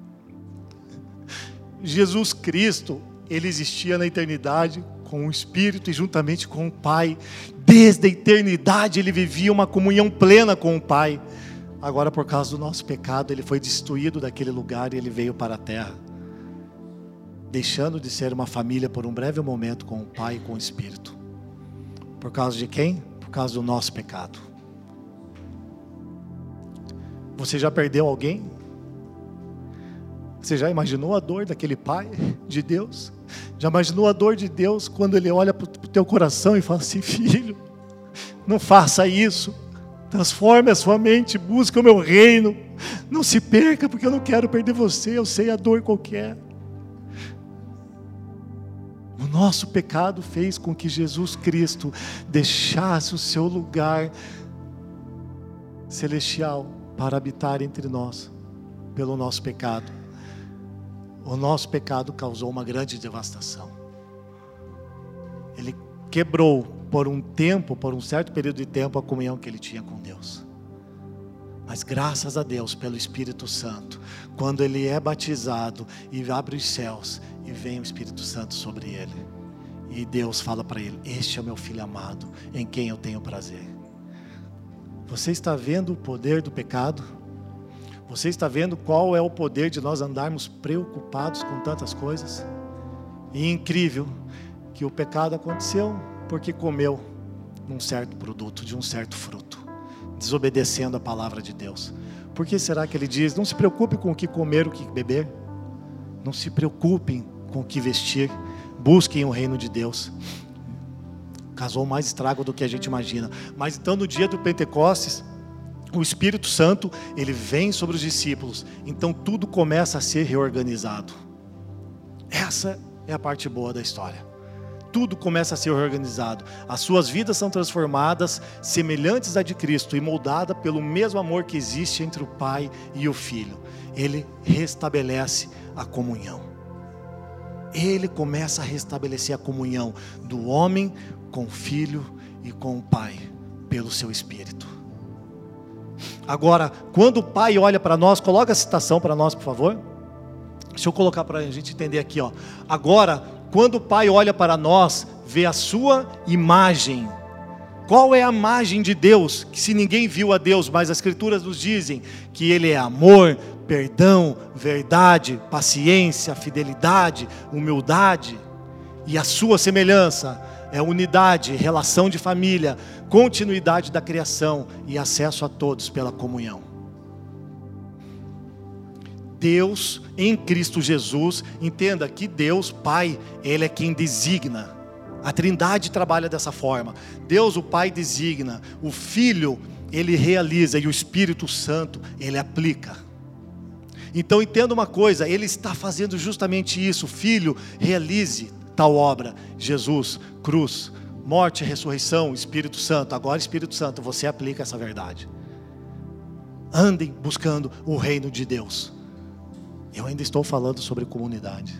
Jesus Cristo, Ele existia na eternidade com o Espírito e juntamente com o Pai. Desde a eternidade Ele vivia uma comunhão plena com o Pai. Agora, por causa do nosso pecado, Ele foi destituído daquele lugar e Ele veio para a terra, deixando de ser uma família por um breve momento com o Pai e com o Espírito. Por causa de quem? Por causa do nosso pecado. Você já perdeu alguém? Você já imaginou a dor daquele pai de Deus? Já imaginou a dor de Deus quando Ele olha para o teu coração e fala assim: filho, não faça isso, transforme a sua mente, busque o meu reino, não se perca, porque eu não quero perder você, eu sei a dor qualquer. O nosso pecado fez com que Jesus Cristo deixasse o seu lugar celestial para habitar entre nós, pelo nosso pecado. O nosso pecado causou uma grande devastação. Ele quebrou por um certo período de tempo, a comunhão que ele tinha com Deus. Mas graças a Deus, pelo Espírito Santo, quando ele é batizado e abre os céus, e vem o Espírito Santo sobre ele, e Deus fala para ele: este é o meu filho amado, em quem eu tenho prazer. Você está vendo o poder do pecado? Você está vendo qual é o poder de nós andarmos preocupados com tantas coisas? E é incrível que o pecado aconteceu porque comeu um certo produto, de um certo fruto. desobedecendo a palavra de Deus. Por que será que ele diz, não se preocupe com o que comer, o que beber, não se preocupem com o que vestir, busquem o reino de Deus. Causou mais estrago do que a gente imagina. Mas então no dia do Pentecostes, o Espírito Santo, ele vem sobre os discípulos, então tudo começa a ser reorganizado. Essa é a parte boa da história. Tudo começa a ser reorganizado. As suas vidas são transformadas, semelhantes à de Cristo, e moldadas pelo mesmo amor que existe entre o Pai e o Filho. Ele restabelece a comunhão. Ele começa a restabelecer a comunhão do homem com o Filho e com o Pai, pelo seu Espírito. Agora, quando o Pai olha para nós, coloca a citação para nós, por favor. Deixa eu colocar para a gente entender aqui, ó. Agora, quando o Pai olha para nós, vê a sua imagem. Qual é a imagem de Deus? Que se ninguém viu a Deus, mas as Escrituras nos dizem que Ele é amor, perdão, verdade, paciência, fidelidade, humildade. E a sua semelhança é unidade, relação de família, continuidade da criação e acesso a todos pela comunhão. Deus em Cristo Jesus, entenda que Deus, Pai, Ele é quem designa. A Trindade trabalha dessa forma. Deus, o Pai, designa. O Filho, Ele realiza. E o Espírito Santo, Ele aplica. Então entenda uma coisa, Ele está fazendo justamente isso. O Filho, realize tal obra. Jesus, cruz, morte, ressurreição, Espírito Santo. Agora Espírito Santo, você aplica essa verdade. Andem buscando o reino de Deus. Eu ainda estou falando sobre comunidade.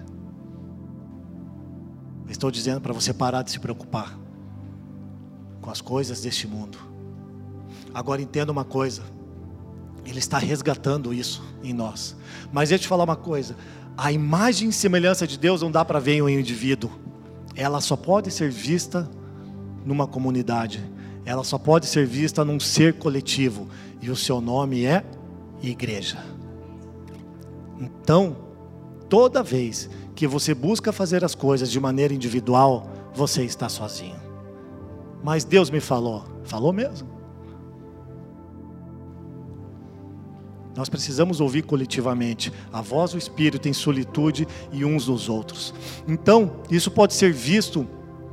Estou dizendo para você parar de se preocupar com as coisas deste mundo. Agora entenda uma coisa, Ele está resgatando isso em nós. Mas deixa eu te falar uma coisa, a imagem e semelhança de Deus não dá para ver em um indivíduo. Ela só pode ser vista numa comunidade. Ela só pode ser vista num ser coletivo. E o seu nome é igreja. Então, toda vez que você busca fazer as coisas de maneira individual, você está sozinho. Mas Deus me falou mesmo. Nós precisamos ouvir coletivamente a voz do Espírito em solitude e uns nos outros. Então, isso pode ser visto,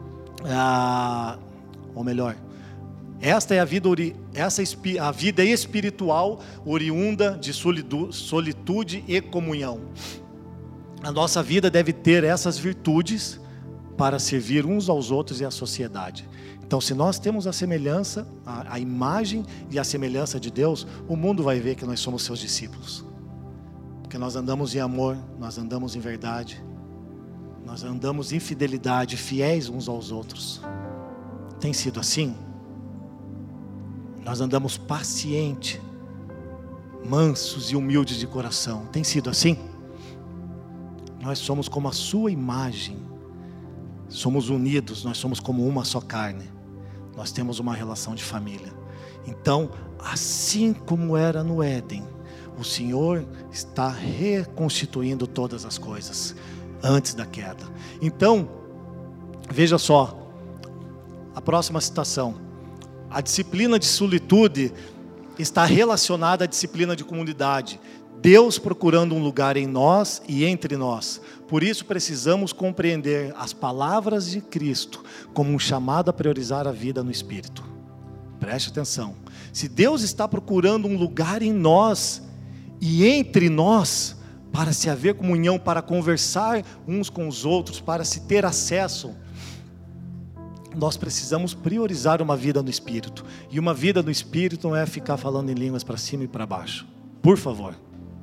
ou melhor, esta é a vida espiritual oriunda de solitude e comunhão. A nossa vida deve ter essas virtudes para servir uns aos outros e à sociedade. Então, se nós temos a semelhança, a imagem e a semelhança de Deus, o mundo vai ver que nós somos seus discípulos. Porque nós andamos em amor, nós andamos em verdade, nós andamos em fidelidade, fiéis uns aos outros. Tem sido assim? Nós andamos paciente, mansos e humildes de coração. Tem sido assim? Nós somos como a sua imagem. Somos unidos, nós somos como uma só carne. Nós temos uma relação de família. Então, assim como era no Éden, o Senhor está reconstituindo todas as coisas antes da queda. Então, veja só, a próxima citação. A disciplina de solitude está relacionada à disciplina de comunidade. Deus procurando um lugar em nós e entre nós. Por isso precisamos compreender as palavras de Cristo como um chamado a priorizar a vida no Espírito. Preste atenção. Se Deus está procurando um lugar em nós e entre nós, para se haver comunhão, para conversar uns com os outros, para se ter acesso, nós precisamos priorizar uma vida no Espírito. E uma vida no Espírito não é ficar falando em línguas para cima e para baixo. Por favor.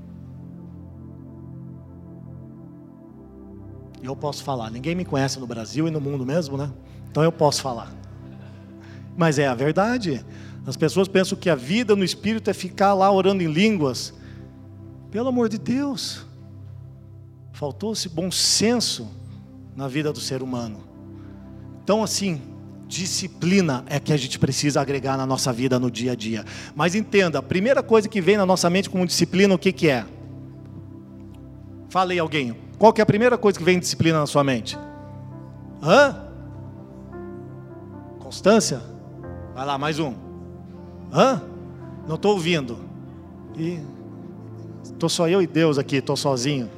Eu posso falar. Ninguém me conhece no Brasil e no mundo mesmo, né? Então eu posso falar. Mas é a verdade. As pessoas pensam que a vida no Espírito é ficar lá orando em línguas. Pelo amor de Deus. Faltou esse bom senso na vida do ser humano. Então assim, disciplina é que a gente precisa agregar na nossa vida no dia a dia. Mas entenda, a primeira coisa que vem na nossa mente como disciplina, o que é? Fala aí alguém, qual que é a primeira coisa que vem disciplina na sua mente? Constância? Vai lá, mais um. Não estou ouvindo. E estou só eu e Deus aqui, estou sozinho.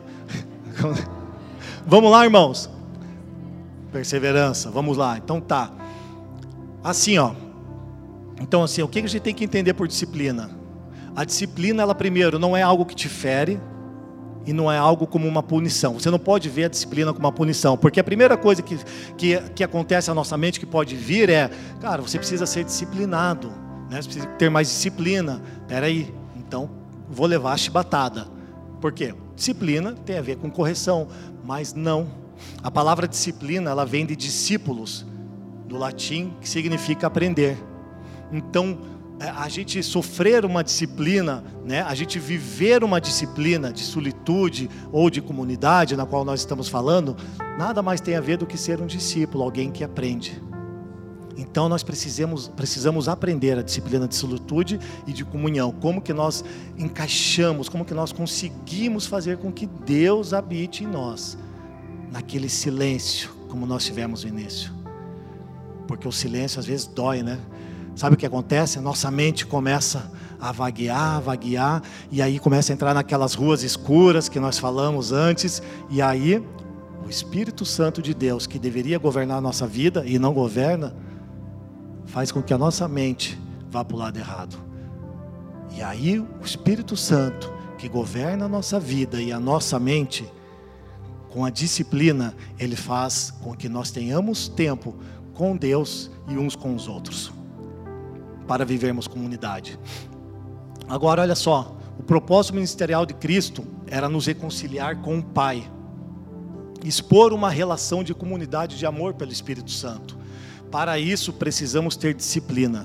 Vamos lá, irmãos. Perseverança, vamos lá. Então tá. Assim, ó. Então assim, o que a gente tem que entender por disciplina? A disciplina, ela primeiro, não é algo que te fere. E não é algo como uma punição. Você não pode ver a disciplina como uma punição. Porque a primeira coisa que acontece na nossa mente, que pode vir é: cara, você precisa ser disciplinado, né? Você precisa ter mais disciplina. Espera aí, então vou levar a chibatada. Por quê? Disciplina tem a ver com correção. Mas não. A palavra disciplina, ela vem de discípulos, do latim, que significa aprender. Então, a gente sofrer uma disciplina, né? A gente viver uma disciplina de solitude ou de comunidade, na qual nós estamos falando, nada mais tem a ver do que ser um discípulo, alguém que aprende. Então nós precisamos aprender a disciplina de solitude e de comunhão. Como que nós encaixamos, como que nós conseguimos fazer com que Deus habite em nós, naquele silêncio, como nós tivemos no início. Porque o silêncio às vezes dói, né? Sabe o que acontece? A nossa mente começa a vaguear, e aí começa a entrar naquelas ruas escuras que nós falamos antes, e aí o Espírito Santo de Deus, que deveria governar a nossa vida e não governa, faz com que a nossa mente vá para o lado errado. E aí o Espírito Santo, que governa a nossa vida e a nossa mente, com a disciplina, ele faz com que nós tenhamos tempo com Deus e uns com os outros, para vivermos comunidade. Agora olha só, o propósito ministerial de Cristo era nos reconciliar com o Pai, expor uma relação de comunidade de amor pelo Espírito Santo. Para isso precisamos ter disciplina.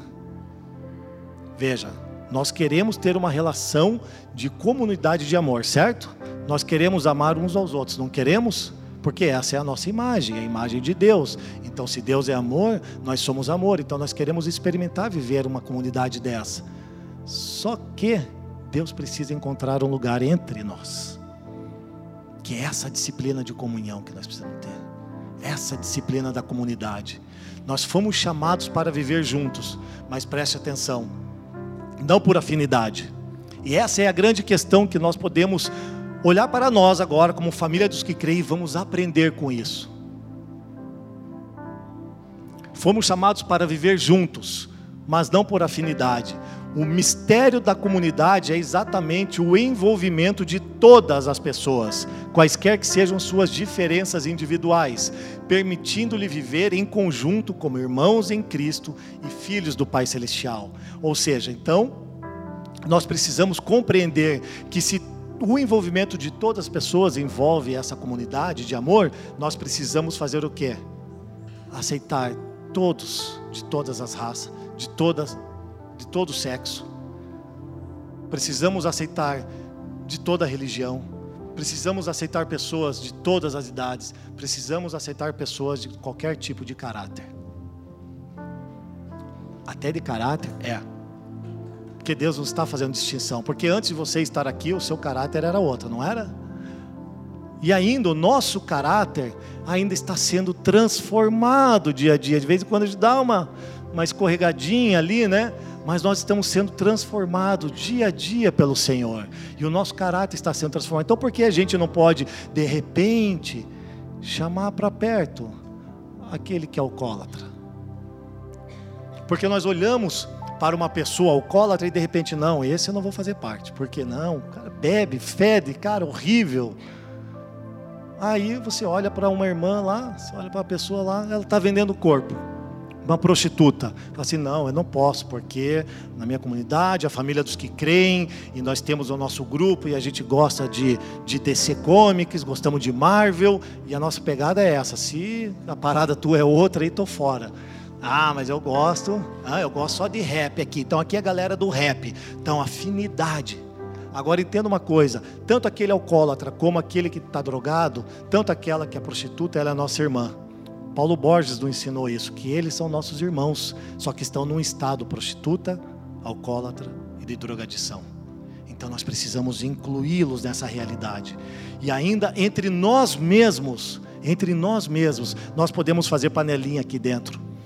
Veja, nós queremos ter uma relação de comunidade de amor, certo? Nós queremos amar uns aos outros, não queremos? Porque essa é a nossa imagem, a imagem de Deus. Então se Deus é amor, nós somos amor. Então nós queremos experimentar viver uma comunidade dessa. Só que Deus precisa encontrar um lugar entre nós, que é essa disciplina de comunhão que nós precisamos ter. Essa disciplina da comunidade. Nós fomos chamados para viver juntos, mas preste atenção, não por afinidade. E essa é a grande questão que nós podemos olhar para nós agora, como família dos que creem, e vamos aprender com isso. Fomos chamados para viver juntos, mas não por afinidade. O mistério da comunidade é exatamente o envolvimento de todas as pessoas, quaisquer que sejam suas diferenças individuais, permitindo-lhe viver em conjunto como irmãos em Cristo e filhos do Pai Celestial. Ou seja, então, nós precisamos compreender que se o envolvimento de todas as pessoas envolve essa comunidade de amor, nós precisamos fazer o quê? Aceitar todos, de todas as raças, de todo sexo. Precisamos aceitar de toda religião. Precisamos aceitar pessoas de todas as idades. Precisamos aceitar pessoas de qualquer tipo de caráter. Até de caráter, porque Deus não está fazendo distinção. Porque antes de você estar aqui, o seu caráter era outro, não era? E ainda o nosso caráter ainda está sendo transformado dia a dia. De vez em quando a gente dá uma escorregadinha ali, né? Mas nós estamos sendo transformados dia a dia pelo Senhor. E o nosso caráter está sendo transformado. Então por que a gente não pode, de repente, chamar para perto aquele que é alcoólatra? Porque nós olhamos para uma pessoa alcoólatra e de repente, não, esse eu não vou fazer parte. Por que não? O cara bebe, fede, cara, horrível. Aí você olha para uma irmã lá, você olha para uma pessoa lá, ela está vendendo o corpo. Uma prostituta, fala assim, não, eu não posso, porque na minha comunidade, a família dos que creem, e nós temos o nosso grupo, e a gente gosta de DC Comics, gostamos de Marvel, e a nossa pegada é essa, se a parada tua é outra, aí tô fora. Ah, mas eu gosto só de rap aqui, então aqui é a galera do rap, então afinidade. Agora entenda uma coisa, tanto aquele alcoólatra, como aquele que está drogado, tanto aquela que é prostituta, ela é nossa irmã. Paulo Borges nos ensinou isso, que eles são nossos irmãos, só que estão num estado prostituta, alcoólatra e de drogadição. Então nós precisamos incluí-los nessa realidade. E ainda entre nós mesmos, nós podemos fazer panelinha aqui dentro.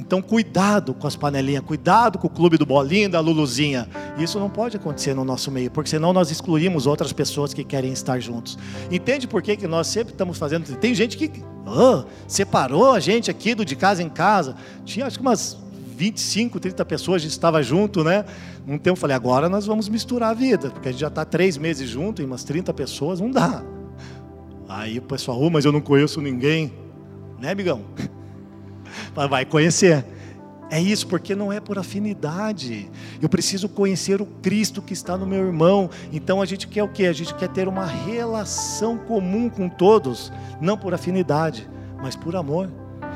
Então cuidado com as panelinhas, cuidado com o clube do bolinho, da Luluzinha. Isso não pode acontecer no nosso meio, porque senão nós excluímos outras pessoas que querem estar juntos. Entende por que nós sempre estamos fazendo? Tem gente que separou a gente aqui do de casa em casa. Tinha acho que umas 25, 30 pessoas, a gente estava junto, né? Um tempo eu falei, agora nós vamos misturar a vida, porque a gente já está 3 meses junto, e umas 30 pessoas, não dá. Aí o pessoal, mas eu não conheço ninguém. Né, amigão? Vai conhecer. É isso, porque não é por afinidade. Eu preciso conhecer o Cristo que está no meu irmão. Então a gente quer o quê? A gente quer ter uma relação comum com todos, não por afinidade, mas por amor.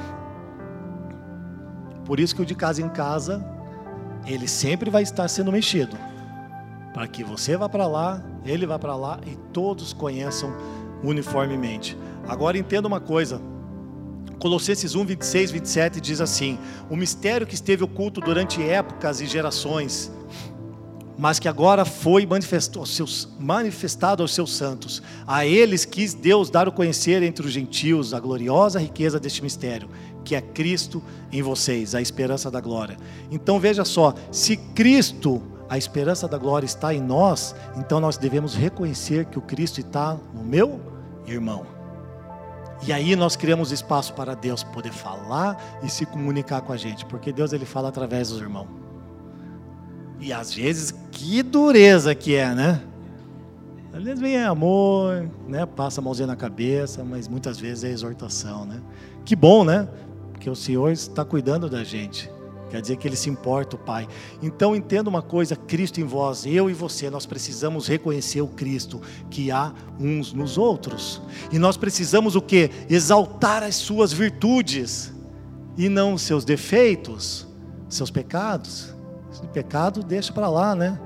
Por isso que o de casa em casa, ele sempre vai estar sendo mexido, para que você vá para lá, ele vá para lá e todos conheçam uniformemente. Agora entenda uma coisa, Colossenses 1, 26, 27 diz assim: o mistério que esteve oculto durante épocas e gerações, mas que agora foi manifestado aos seus santos. A eles quis Deus dar o conhecer entre os gentios a gloriosa riqueza deste mistério, que é Cristo em vocês, a esperança da glória. Então veja só, se Cristo, a esperança da glória, está em nós, então nós devemos reconhecer que o Cristo está no meu irmão. E aí nós criamos espaço para Deus poder falar e se comunicar com a gente, porque Deus ele fala através dos irmãos. E às vezes, que dureza que é, né? Às vezes vem amor, né? Passa a mãozinha na cabeça, mas muitas vezes é exortação, né? Que bom, né? Porque o Senhor está cuidando da gente. Quer dizer que Ele se importa, o Pai. Então entenda uma coisa, Cristo em vós, eu e você, nós precisamos reconhecer o Cristo que há uns nos outros. E nós precisamos o quê? Exaltar as suas virtudes, e não os seus defeitos, seus pecados. Esse pecado deixa para lá, né?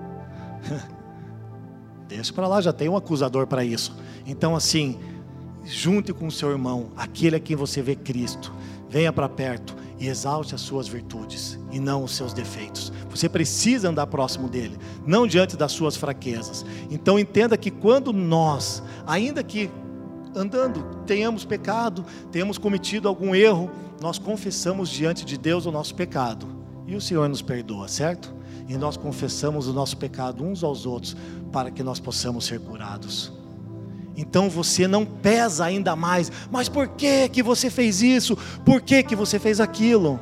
Deixa para lá, já tem um acusador para isso. Então assim, junte com o seu irmão, aquele a quem você vê Cristo. Venha para perto e exalte as suas virtudes e não os seus defeitos. Você precisa andar próximo dele, não diante das suas fraquezas. Então entenda que quando nós, ainda que andando, tenhamos pecado, tenhamos cometido algum erro, nós confessamos diante de Deus o nosso pecado. E o Senhor nos perdoa, certo? E nós confessamos o nosso pecado uns aos outros, para que nós possamos ser curados. Então você não pesa ainda mais. Mas por que que você fez isso? Por que que você fez aquilo?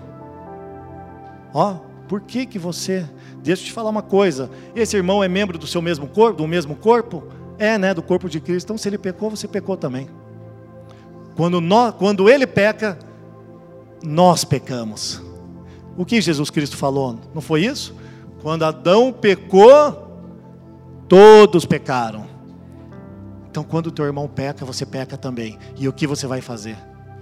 Por que que você... Deixa eu te falar uma coisa. Esse irmão é membro do seu mesmo corpo, do mesmo corpo? É, né? Do corpo de Cristo. Então se ele pecou, você pecou também. Quando ele peca, nós pecamos. O que Jesus Cristo falou? Não foi isso? Quando Adão pecou, todos pecaram. Então quando o teu irmão peca, você peca também. E o que você vai fazer?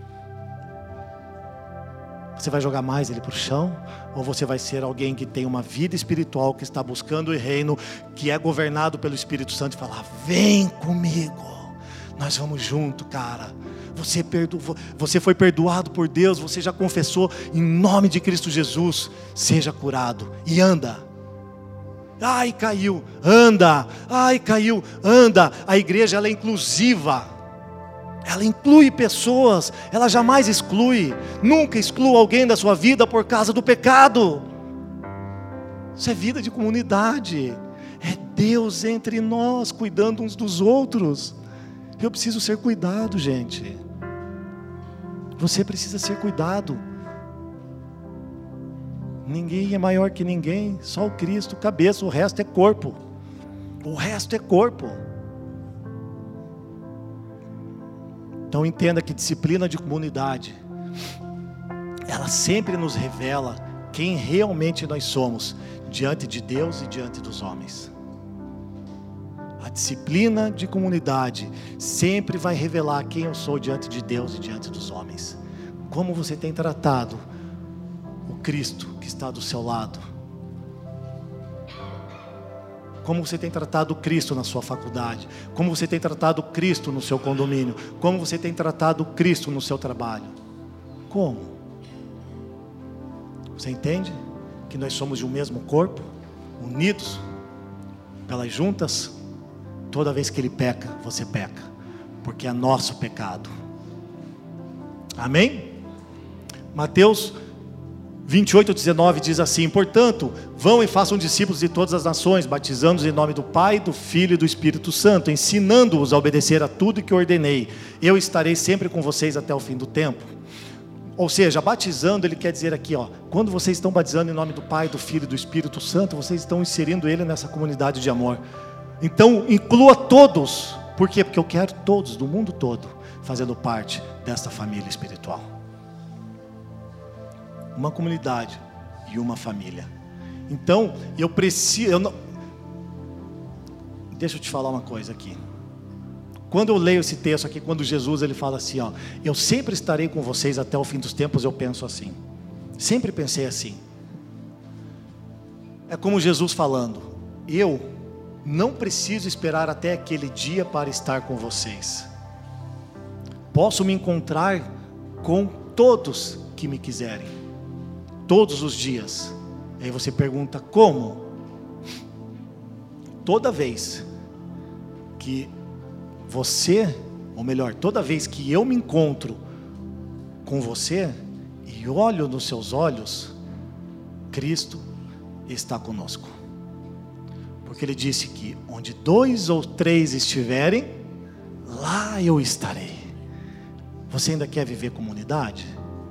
Você vai jogar mais ele para o chão? Ou você vai ser alguém que tem uma vida espiritual, que está buscando o reino, que é governado pelo Espírito Santo, e falar: vem comigo, nós vamos junto, cara. Você foi perdoado por Deus, você já confessou, em nome de Cristo Jesus, seja curado e anda. Ai, caiu, anda. Ai, caiu, anda. A igreja ela é inclusiva. Ela inclui pessoas, ela jamais exclui. Nunca exclua alguém da sua vida por causa do pecado. Isso é vida de comunidade. É Deus entre nós, cuidando uns dos outros. Eu preciso ser cuidado, gente. Você precisa ser cuidado. Ninguém é maior que ninguém, só o Cristo, cabeça, o resto é corpo. O resto é corpo. Então entenda que disciplina de comunidade, ela sempre nos revela quem realmente nós somos, diante de Deus e diante dos homens. A disciplina de comunidade sempre vai revelar quem eu sou diante de Deus e diante dos homens. Como você tem tratado o Cristo que está do seu lado? Como você tem tratado o Cristo na sua faculdade? Como você tem tratado o Cristo no seu condomínio? Como você tem tratado o Cristo no seu trabalho? Como? Você entende que nós somos de um mesmo corpo, unidos pelas juntas? Toda vez que ele peca, você peca, porque é nosso pecado. Amém? Mateus 28:19 diz assim: portanto, vão e façam discípulos de todas as nações, batizando-os em nome do Pai, do Filho e do Espírito Santo, ensinando-os a obedecer a tudo que ordenei. Eu estarei sempre com vocês até o fim do tempo. Ou seja, batizando, ele quer dizer aqui, quando vocês estão batizando em nome do Pai, do Filho e do Espírito Santo, vocês estão inserindo ele nessa comunidade de amor. Então, inclua todos. Por quê? Porque eu quero todos, do mundo todo, fazendo parte dessa família espiritual. Uma comunidade e uma família. Então, eu preciso... Deixa eu te falar uma coisa aqui. Quando eu leio esse texto aqui, quando Jesus ele fala assim, eu sempre estarei com vocês até o fim dos tempos, eu penso assim. Sempre pensei assim. É como Jesus falando, eu não preciso esperar até aquele dia para estar com vocês. Posso me encontrar com todos que me quiserem, todos os dias. Aí você pergunta, como? Toda vez que você, ou melhor, toda vez que eu me encontro com você e olho nos seus olhos, Cristo está conosco. Porque Ele disse que onde 2 ou 3 estiverem, lá eu estarei. Você ainda quer viver comunidade?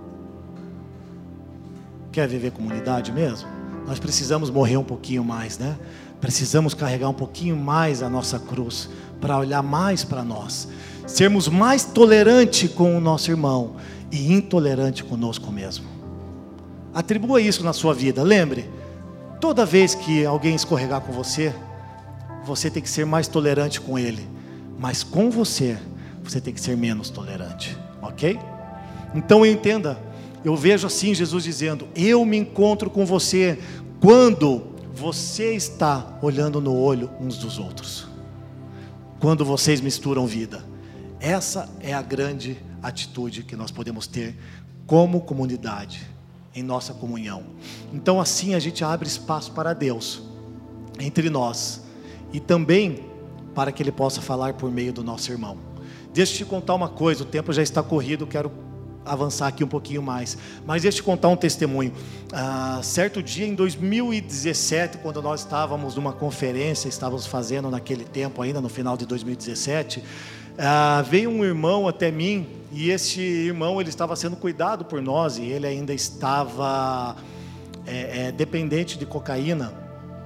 Quer viver comunidade mesmo? Nós precisamos morrer um pouquinho mais, né? Precisamos carregar um pouquinho mais a nossa cruz, para olhar mais para nós, sermos mais tolerantes com o nosso irmão e intolerante conosco mesmo. Atribua isso na sua vida. Lembre, toda vez que alguém escorregar com você, você tem que ser mais tolerante com ele, mas com você tem que ser menos tolerante, ok? Então entenda, eu vejo assim Jesus dizendo, eu me encontro com você quando você está olhando no olho uns dos outros, quando vocês misturam vida. Essa é a grande atitude que nós podemos ter como comunidade, em nossa comunhão. Então assim a gente abre espaço para Deus entre nós, e também para que Ele possa falar por meio do nosso irmão. Deixa eu te contar uma coisa, o tempo já está corrido, quero avançar aqui um pouquinho mais, mas deixa eu te contar um testemunho. Certo dia em 2017, quando nós estávamos numa conferência, estávamos fazendo naquele tempo ainda, no final de 2017, veio um irmão até mim, e esse irmão ele estava sendo cuidado por nós, e ele ainda estava dependente de cocaína,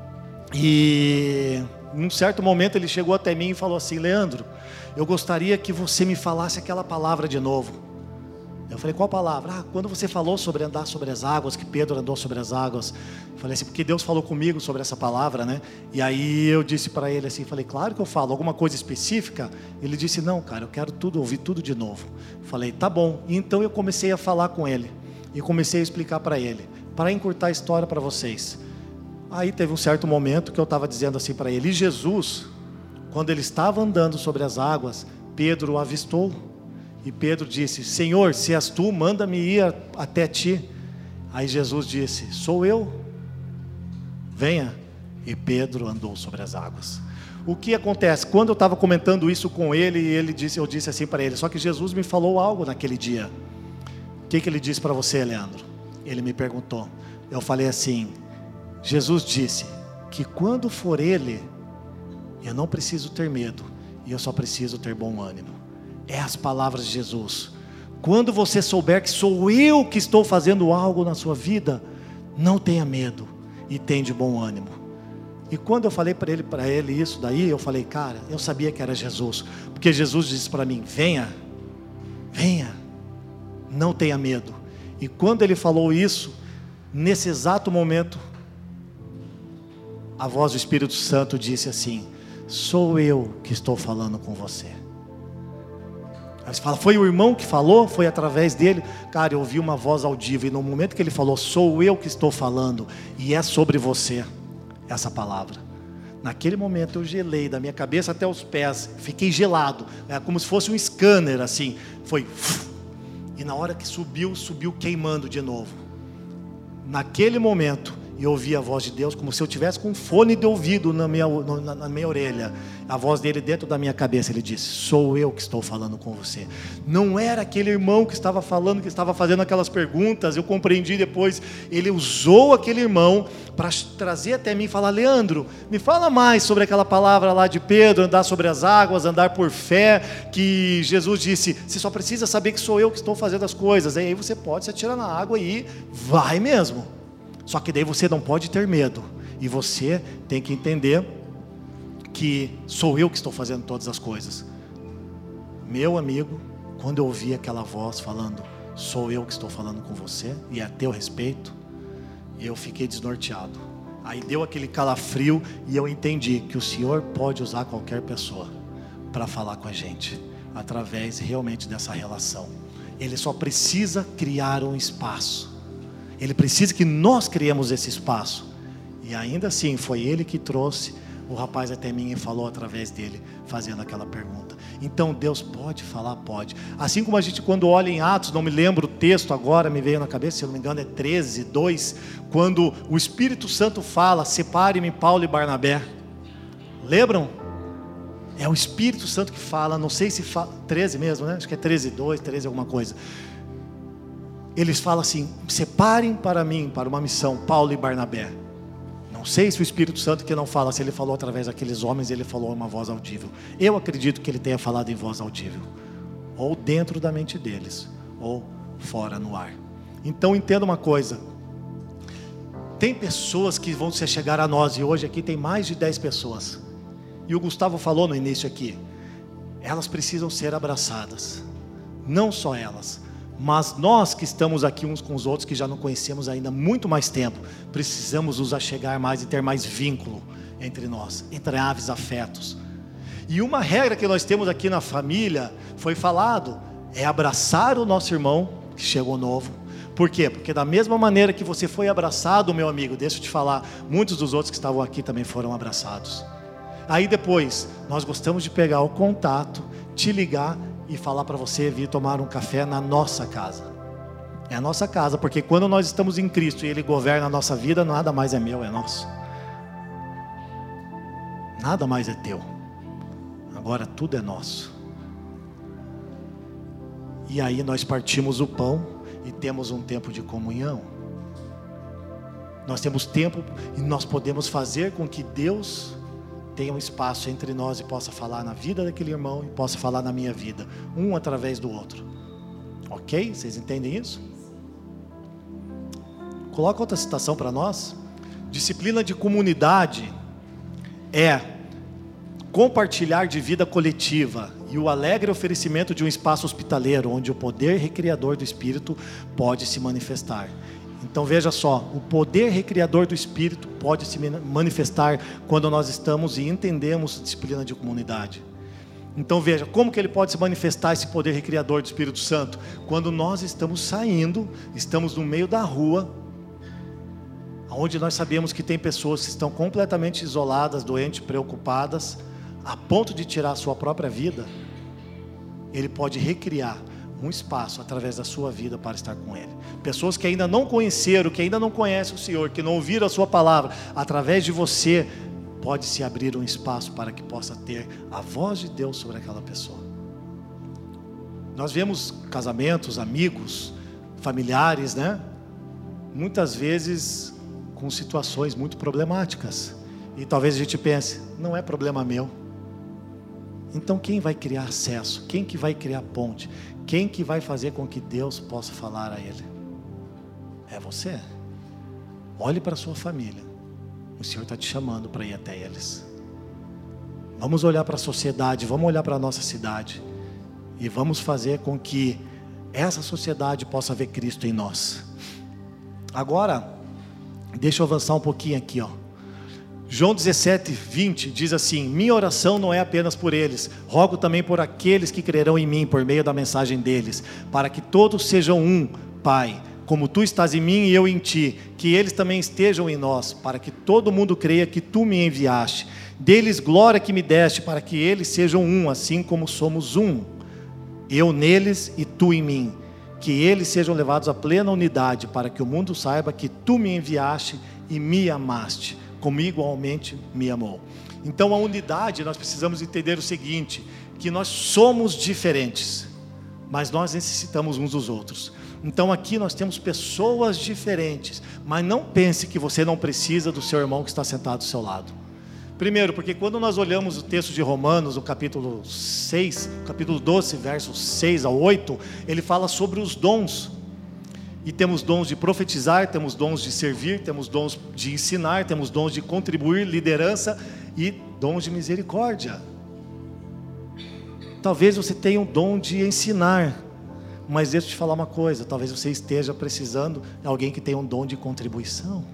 e em um certo momento ele chegou até mim e falou assim, Leandro, eu gostaria que você me falasse aquela palavra de novo. Eu falei, qual palavra? Quando você falou sobre andar sobre as águas, que Pedro andou sobre as águas. Eu falei assim, porque Deus falou comigo sobre essa palavra, né? E aí eu disse para ele assim, falei, claro que eu falo, alguma coisa específica? Ele disse, não cara, eu quero ouvir tudo de novo. Eu falei, tá bom. E então eu comecei a falar com ele, e comecei a explicar para ele, para encurtar a história para vocês. Aí teve um certo momento que eu estava dizendo assim para ele, e Jesus, quando ele estava andando sobre as águas, Pedro o avistou. E Pedro disse, Senhor, se és tu, manda-me ir até ti. Aí Jesus disse, sou eu, venha. E Pedro andou sobre as águas. O que acontece? Quando eu estava comentando isso com ele, eu disse assim para ele, só que Jesus me falou algo naquele dia. O que ele disse para você, Leandro? Ele me perguntou. Eu falei assim, Jesus disse que quando for Ele, eu não preciso ter medo, e eu só preciso ter bom ânimo. É as palavras de Jesus. Quando você souber que sou eu que estou fazendo algo na sua vida, não tenha medo e tenha de bom ânimo. E quando eu falei para ele isso daí, eu falei, cara, eu sabia que era Jesus, porque Jesus disse para mim, venha, não tenha medo. E quando ele falou isso, nesse exato momento, a voz do Espírito Santo disse assim, sou eu que estou falando com você. Aí você fala, foi o irmão que falou? Foi através dele? Cara, eu ouvi uma voz audível, e no momento que ele falou, sou eu que estou falando, e é sobre você, essa palavra. Naquele momento eu gelei, da minha cabeça até os pés, fiquei gelado, como se fosse um scanner assim, foi, e na hora que subiu queimando de novo. Naquele momento, e ouvi a voz de Deus como se eu tivesse com um fone de ouvido na minha orelha. A voz dele dentro da minha cabeça. Ele disse: sou eu que estou falando com você. Não era aquele irmão que estava falando, que estava fazendo aquelas perguntas. Eu compreendi depois. Ele usou aquele irmão para trazer até mim e falar: Leandro, me fala mais sobre aquela palavra lá de Pedro, andar sobre as águas, andar por fé, que Jesus disse: você só precisa saber que sou eu que estou fazendo as coisas. E aí você pode se atirar na água e vai mesmo. Só que daí você não pode ter medo. E você tem que entender que sou eu que estou fazendo todas as coisas. Meu amigo, quando eu ouvi aquela voz falando: sou eu que estou falando com você, e é a teu respeito, eu fiquei desnorteado. Aí deu aquele calafrio e eu entendi que o Senhor pode usar qualquer pessoa para falar com a gente, através realmente dessa relação. Ele só precisa criar um espaço. Ele precisa que nós criemos esse espaço. E ainda assim foi Ele que trouxe o rapaz até mim e falou através dele, fazendo aquela pergunta. Então Deus pode falar? Pode. Assim como a gente, quando olha em Atos, não me lembro o texto agora, me veio na cabeça, se eu não me engano é 13:2, quando o Espírito Santo fala: separe-me Paulo e Barnabé. Lembram? É o Espírito Santo que fala, não sei se fala 13 mesmo, né? Acho que é 13:2, 13 alguma coisa. Eles falam assim: separem para mim, para uma missão, Paulo e Barnabé. Não sei se o Espírito Santo que não fala, se ele falou através daqueles homens, ele falou em uma voz audível. Eu acredito que ele tenha falado em voz audível, ou dentro da mente deles, ou fora no ar. Então entenda uma coisa: tem pessoas que vão se chegar a nós, e hoje aqui tem mais de 10 pessoas, e o Gustavo falou no início aqui, elas precisam ser abraçadas. Não só elas, mas nós que estamos aqui uns com os outros, que já não conhecemos ainda muito mais tempo, precisamos nos achegar mais e ter mais vínculo entre nós, entraves afetos. E uma regra que nós temos aqui na família, foi falado, é abraçar o nosso irmão que chegou novo. Por quê? Porque da mesma maneira que você foi abraçado, meu amigo, deixa eu te falar, muitos dos outros que estavam aqui também foram abraçados. Aí depois, nós gostamos de pegar o contato, te ligar e falar para você vir tomar um café na nossa casa. É a nossa casa, porque quando nós estamos em Cristo e Ele governa a nossa vida, nada mais é meu, é nosso. Nada mais é teu. Agora tudo é nosso. E aí nós partimos o pão e temos um tempo de comunhão. Nós temos tempo e nós podemos fazer com que Deus tenha um espaço entre nós e possa falar na vida daquele irmão e possa falar na minha vida, um através do outro. Ok? Vocês entendem isso? Coloca outra citação para nós. Disciplina de comunidade é compartilhar de vida coletiva e o alegre oferecimento de um espaço hospitaleiro, onde o poder recriador do Espírito pode se manifestar. Então veja só, o poder recriador do Espírito pode se manifestar quando nós estamos e entendemos a disciplina de comunidade. Então veja, como que ele pode se manifestar, esse poder recriador do Espírito Santo? Quando nós estamos saindo, estamos no meio da rua, onde nós sabemos que tem pessoas que estão completamente isoladas, doentes, preocupadas, a ponto de tirar a sua própria vida. Ele pode recriar um espaço através da sua vida para estar com Ele. Pessoas que ainda não conheceram, que ainda não conhecem o Senhor, que não ouviram a sua palavra, através de você, pode se abrir um espaço para que possa ter a voz de Deus sobre aquela pessoa. Nós vemos casamentos, amigos, familiares, né? Muitas vezes com situações muito problemáticas. E talvez a gente pense, não é problema meu. Então quem vai criar acesso? Quem que vai criar ponte? Quem que vai fazer com que Deus possa falar a ele? É você. Olhe para a sua família. O Senhor está te chamando para ir até eles. Vamos olhar para a sociedade, vamos olhar para a nossa cidade. E vamos fazer com que essa sociedade possa ver Cristo em nós. Agora, deixa eu avançar um pouquinho aqui, ó. João 17:20 diz assim: minha oração não é apenas por eles, rogo também por aqueles que crerão em mim por meio da mensagem deles, para que todos sejam um, Pai, como tu estás em mim e eu em ti, que eles também estejam em nós, para que todo mundo creia que tu me enviaste. Deles glória que me deste, para que eles sejam um, assim como somos um, eu neles e tu em mim, que eles sejam levados à plena unidade, para que o mundo saiba que tu me enviaste e me amaste, como igualmente me amou. Então a unidade, nós precisamos entender o seguinte, que nós somos diferentes, mas nós necessitamos uns dos outros. Então aqui nós temos pessoas diferentes, mas não pense que você não precisa do seu irmão que está sentado do seu lado. Primeiro, porque quando nós olhamos o texto de Romanos, no capítulo 6, capítulo 12, versos 6 a 8, ele fala sobre os dons. E temos dons de profetizar, temos dons de servir, temos dons de ensinar, temos dons de contribuir, liderança e dons de misericórdia. Talvez você tenha um dom de ensinar, mas deixa eu te falar uma coisa, talvez você esteja precisando de alguém que tenha um dom de contribuição.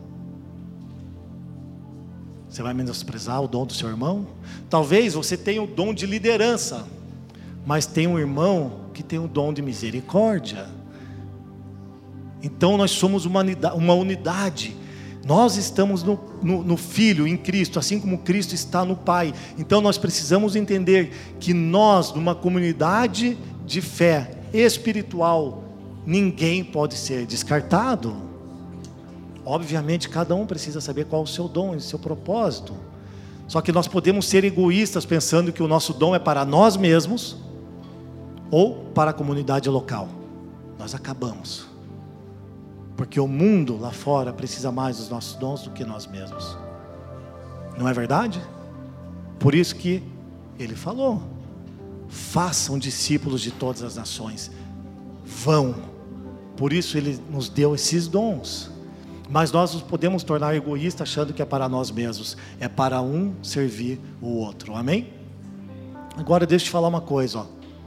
Você vai menosprezar o dom do seu irmão? Talvez você tenha o dom de liderança, mas tem um irmão que tem o dom de misericórdia. Então nós somos uma unidade. Nós estamos no Filho, em Cristo, assim como Cristo está no Pai. Então nós precisamos entender que nós, numa comunidade de fé espiritual, ninguém pode ser descartado. Obviamente cada um precisa saber qual é o seu dom e o seu propósito. Só que nós podemos ser egoístas pensando que o nosso dom é para nós mesmos ou para a comunidade local. Nós acabamos. Porque o mundo lá fora precisa mais dos nossos dons do que nós mesmos. Não é verdade? Por isso que ele falou: façam discípulos de todas as nações. Vão. Por isso ele nos deu esses dons. Mas nós nos podemos tornar egoístas achando que é para nós mesmos. É para um servir o outro. Amém? Agora deixa eu te falar uma coisa.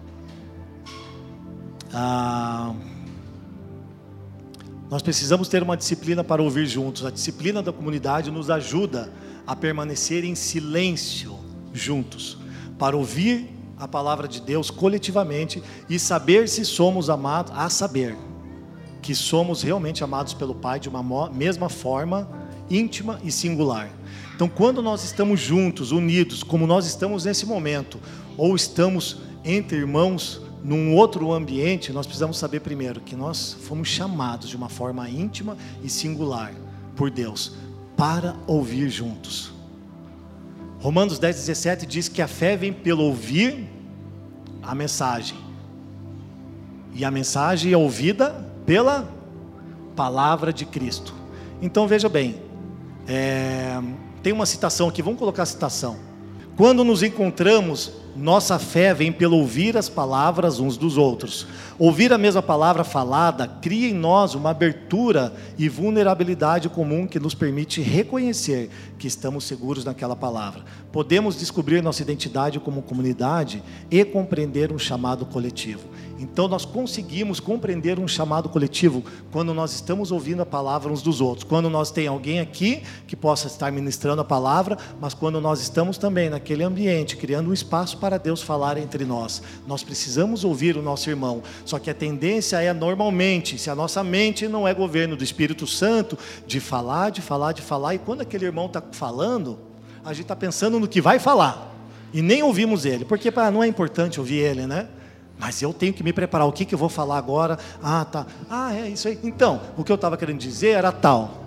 Nós precisamos ter uma disciplina para ouvir juntos. A disciplina da comunidade nos ajuda a permanecer em silêncio juntos, para ouvir a palavra de Deus coletivamente e saber se somos amados, a saber que somos realmente amados pelo Pai de uma mesma forma, íntima e singular. Então quando nós estamos juntos, unidos, como nós estamos nesse momento, ou estamos entre irmãos num outro ambiente, nós precisamos saber primeiro que nós fomos chamados de uma forma íntima e singular por Deus, para ouvir juntos. Romanos 10:17 diz que a fé vem pelo ouvir a mensagem, e a mensagem é ouvida pela palavra de Cristo. Então veja bem, tem uma citação aqui, vamos colocar a citação. Quando nos encontramos, nossa fé vem pelo ouvir as palavras uns dos outros. Ouvir a mesma palavra falada cria em nós uma abertura e vulnerabilidade comum que nos permite reconhecer que estamos seguros naquela palavra. Podemos descobrir nossa identidade como comunidade e compreender um chamado coletivo. Então nós conseguimos compreender um chamado coletivo quando nós estamos ouvindo a palavra uns dos outros. Quando nós tem alguém aqui que possa estar ministrando a palavra, mas quando nós estamos também naquele ambiente, criando um espaço para Deus falar entre nós. Nós precisamos ouvir o nosso irmão. Só que a tendência é normalmente, se a nossa mente não é governo do Espírito Santo, de falar, e quando aquele irmão está falando, a gente está pensando no que vai falar, e nem ouvimos ele, porque não é importante ouvir ele, né? Mas eu tenho que me preparar, o que eu vou falar agora? É isso aí. Então, o que eu estava querendo dizer era tal.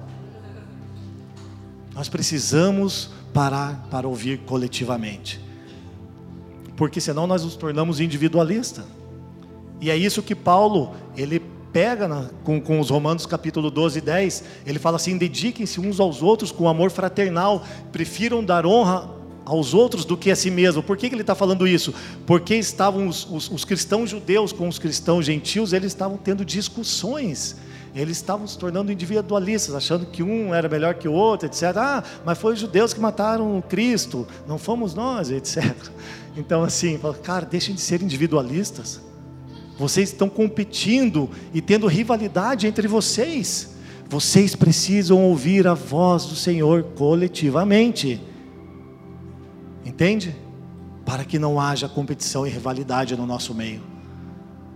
Nós precisamos parar para ouvir coletivamente, porque senão nós nos tornamos individualistas. E é isso que Paulo, ele pega com os Romanos capítulo 12:10, ele fala assim: dediquem-se uns aos outros com amor fraternal, prefiram dar honra aos outros do que a si mesmo. Por que ele está falando isso? Porque estavam os cristãos judeus com os cristãos gentios, eles estavam tendo discussões, eles estavam se tornando individualistas, achando que um era melhor que o outro, etc. Mas foi os judeus que mataram Cristo, não fomos nós, etc. Então assim, cara, deixem de ser individualistas. Vocês estão competindo e tendo rivalidade entre vocês. Vocês precisam ouvir a voz do Senhor coletivamente. Entende? Para que não haja competição e rivalidade no nosso meio.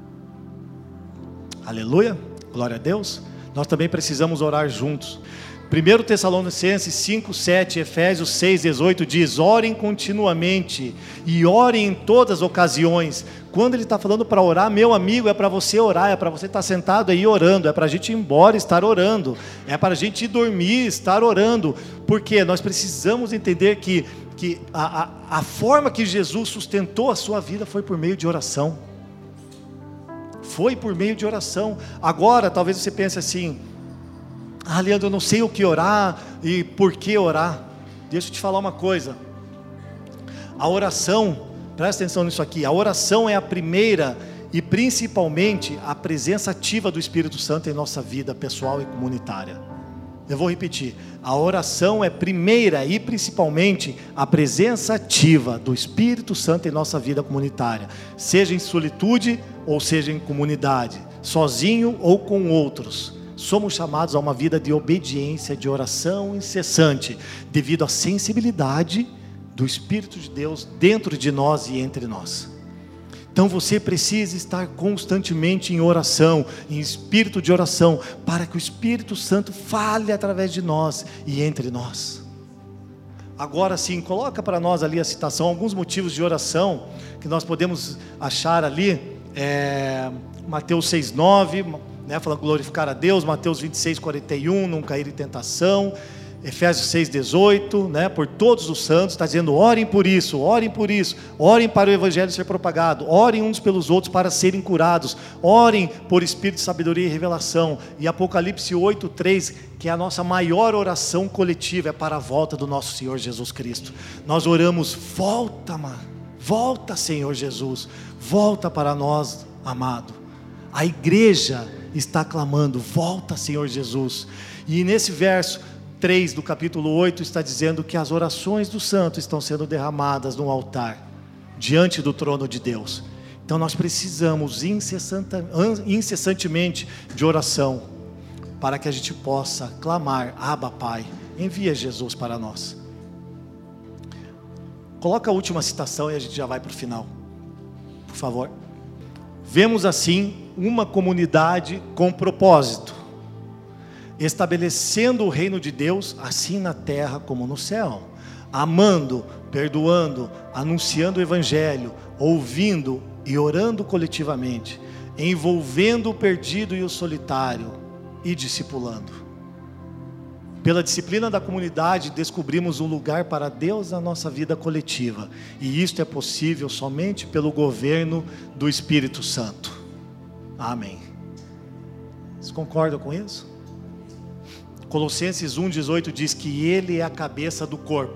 Aleluia, glória a Deus. Nós também precisamos orar juntos. 1 Tessalonicenses 5, 7, Efésios 6, 18 diz: orem continuamente e orem em todas as ocasiões. Quando ele está falando para orar, meu amigo, é para você orar, é para você estar sentado aí orando, é para a gente ir embora estar orando, é para a gente ir dormir estar orando, porque nós precisamos entender que a forma que Jesus sustentou a sua vida foi por meio de oração. Foi por meio de oração. Agora, talvez você pense assim: Leandro, eu não sei o que orar e por que orar. Deixa eu te falar uma coisa. A oração, presta atenção nisso aqui, a oração é a primeira e principalmente a presença ativa do Espírito Santo em nossa vida pessoal e comunitária. Eu vou repetir, a oração é primeira e principalmente a presença ativa do Espírito Santo em nossa vida comunitária, seja em solitude ou seja em comunidade, sozinho ou com outros. Somos chamados a uma vida de obediência, de oração incessante, devido à sensibilidade do Espírito de Deus dentro de nós e entre nós. Então você precisa estar constantemente em oração, em espírito de oração, para que o Espírito Santo fale através de nós e entre nós. Agora sim, coloca para nós ali a citação, alguns motivos de oração que nós podemos achar ali, Mateus 6,9, falando glorificar a Deus, Mateus 26,41, não cair em tentação, Efésios 6,18, por todos os santos, está dizendo: orem por isso, orem para o Evangelho ser propagado, orem uns pelos outros para serem curados, orem por espírito de sabedoria e revelação. E Apocalipse 8,3, que é a nossa maior oração coletiva, é para a volta do nosso Senhor Jesus Cristo. Nós oramos: volta Senhor Jesus, volta para nós, amado. A igreja está clamando: volta Senhor Jesus. E nesse verso 3 do capítulo 8 está dizendo que as orações dos santos estão sendo derramadas no altar, diante do trono de Deus. Então nós precisamos incessantemente de oração, para que a gente possa clamar: Abba Pai, envia Jesus para nós. Coloca a última citação e a gente já vai para o final, por favor. Vemos assim uma comunidade com propósito, estabelecendo o reino de Deus, assim na terra como no céu, amando, perdoando, anunciando o Evangelho, ouvindo e orando coletivamente, envolvendo o perdido e o solitário e discipulando. Pela disciplina da comunidade, descobrimos um lugar para Deus na nossa vida coletiva, e isto é possível somente pelo governo do Espírito Santo. Amém. Vocês concordam com isso? Colossenses 1,18 diz que Ele é a cabeça do corpo,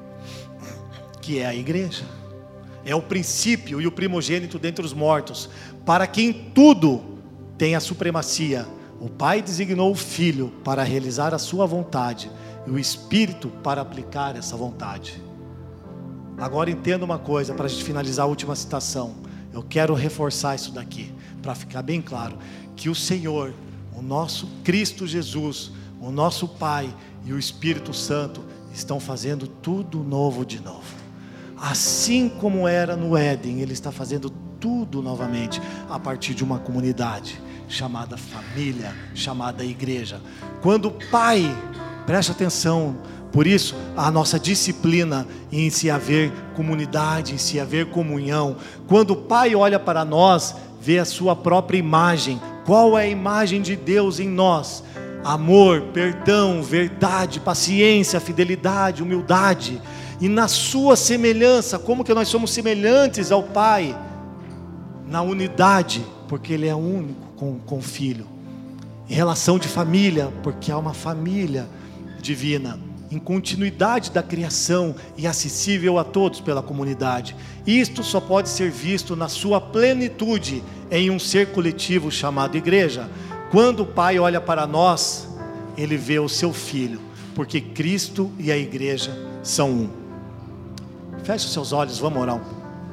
que é a igreja. É o princípio e o primogênito dentre os mortos, para quem tudo tem a supremacia. O Pai designou o Filho para realizar a sua vontade, e o Espírito para aplicar essa vontade. Agora entenda uma coisa, para a gente finalizar a última citação. Eu quero reforçar isso daqui, para ficar bem claro, que o Senhor, o nosso Cristo Jesus, o nosso Pai e o Espírito Santo estão fazendo tudo novo de novo. Assim como era no Éden, Ele está fazendo tudo novamente, a partir de uma comunidade chamada família, chamada igreja. Quando o Pai, preste atenção, por isso a nossa disciplina em se haver comunidade, em se haver comunhão. Quando o Pai olha para nós, vê a sua própria imagem. Qual é a imagem de Deus em nós? Amor, perdão, verdade, paciência, fidelidade, humildade. E na sua semelhança, como que nós somos semelhantes ao Pai? Na unidade, porque Ele é único com o Filho. Em relação de família, porque há uma família divina. Em continuidade da criação e acessível a todos pela comunidade. Isto só pode ser visto na sua plenitude em um ser coletivo chamado igreja. Quando o Pai olha para nós, Ele vê o seu Filho, porque Cristo e a igreja são um. Feche os seus olhos, vamos orar.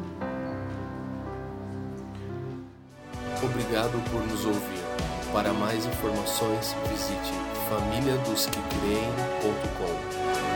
Obrigado por nos ouvir. Para mais informações, visite famíliadosquecreem.com.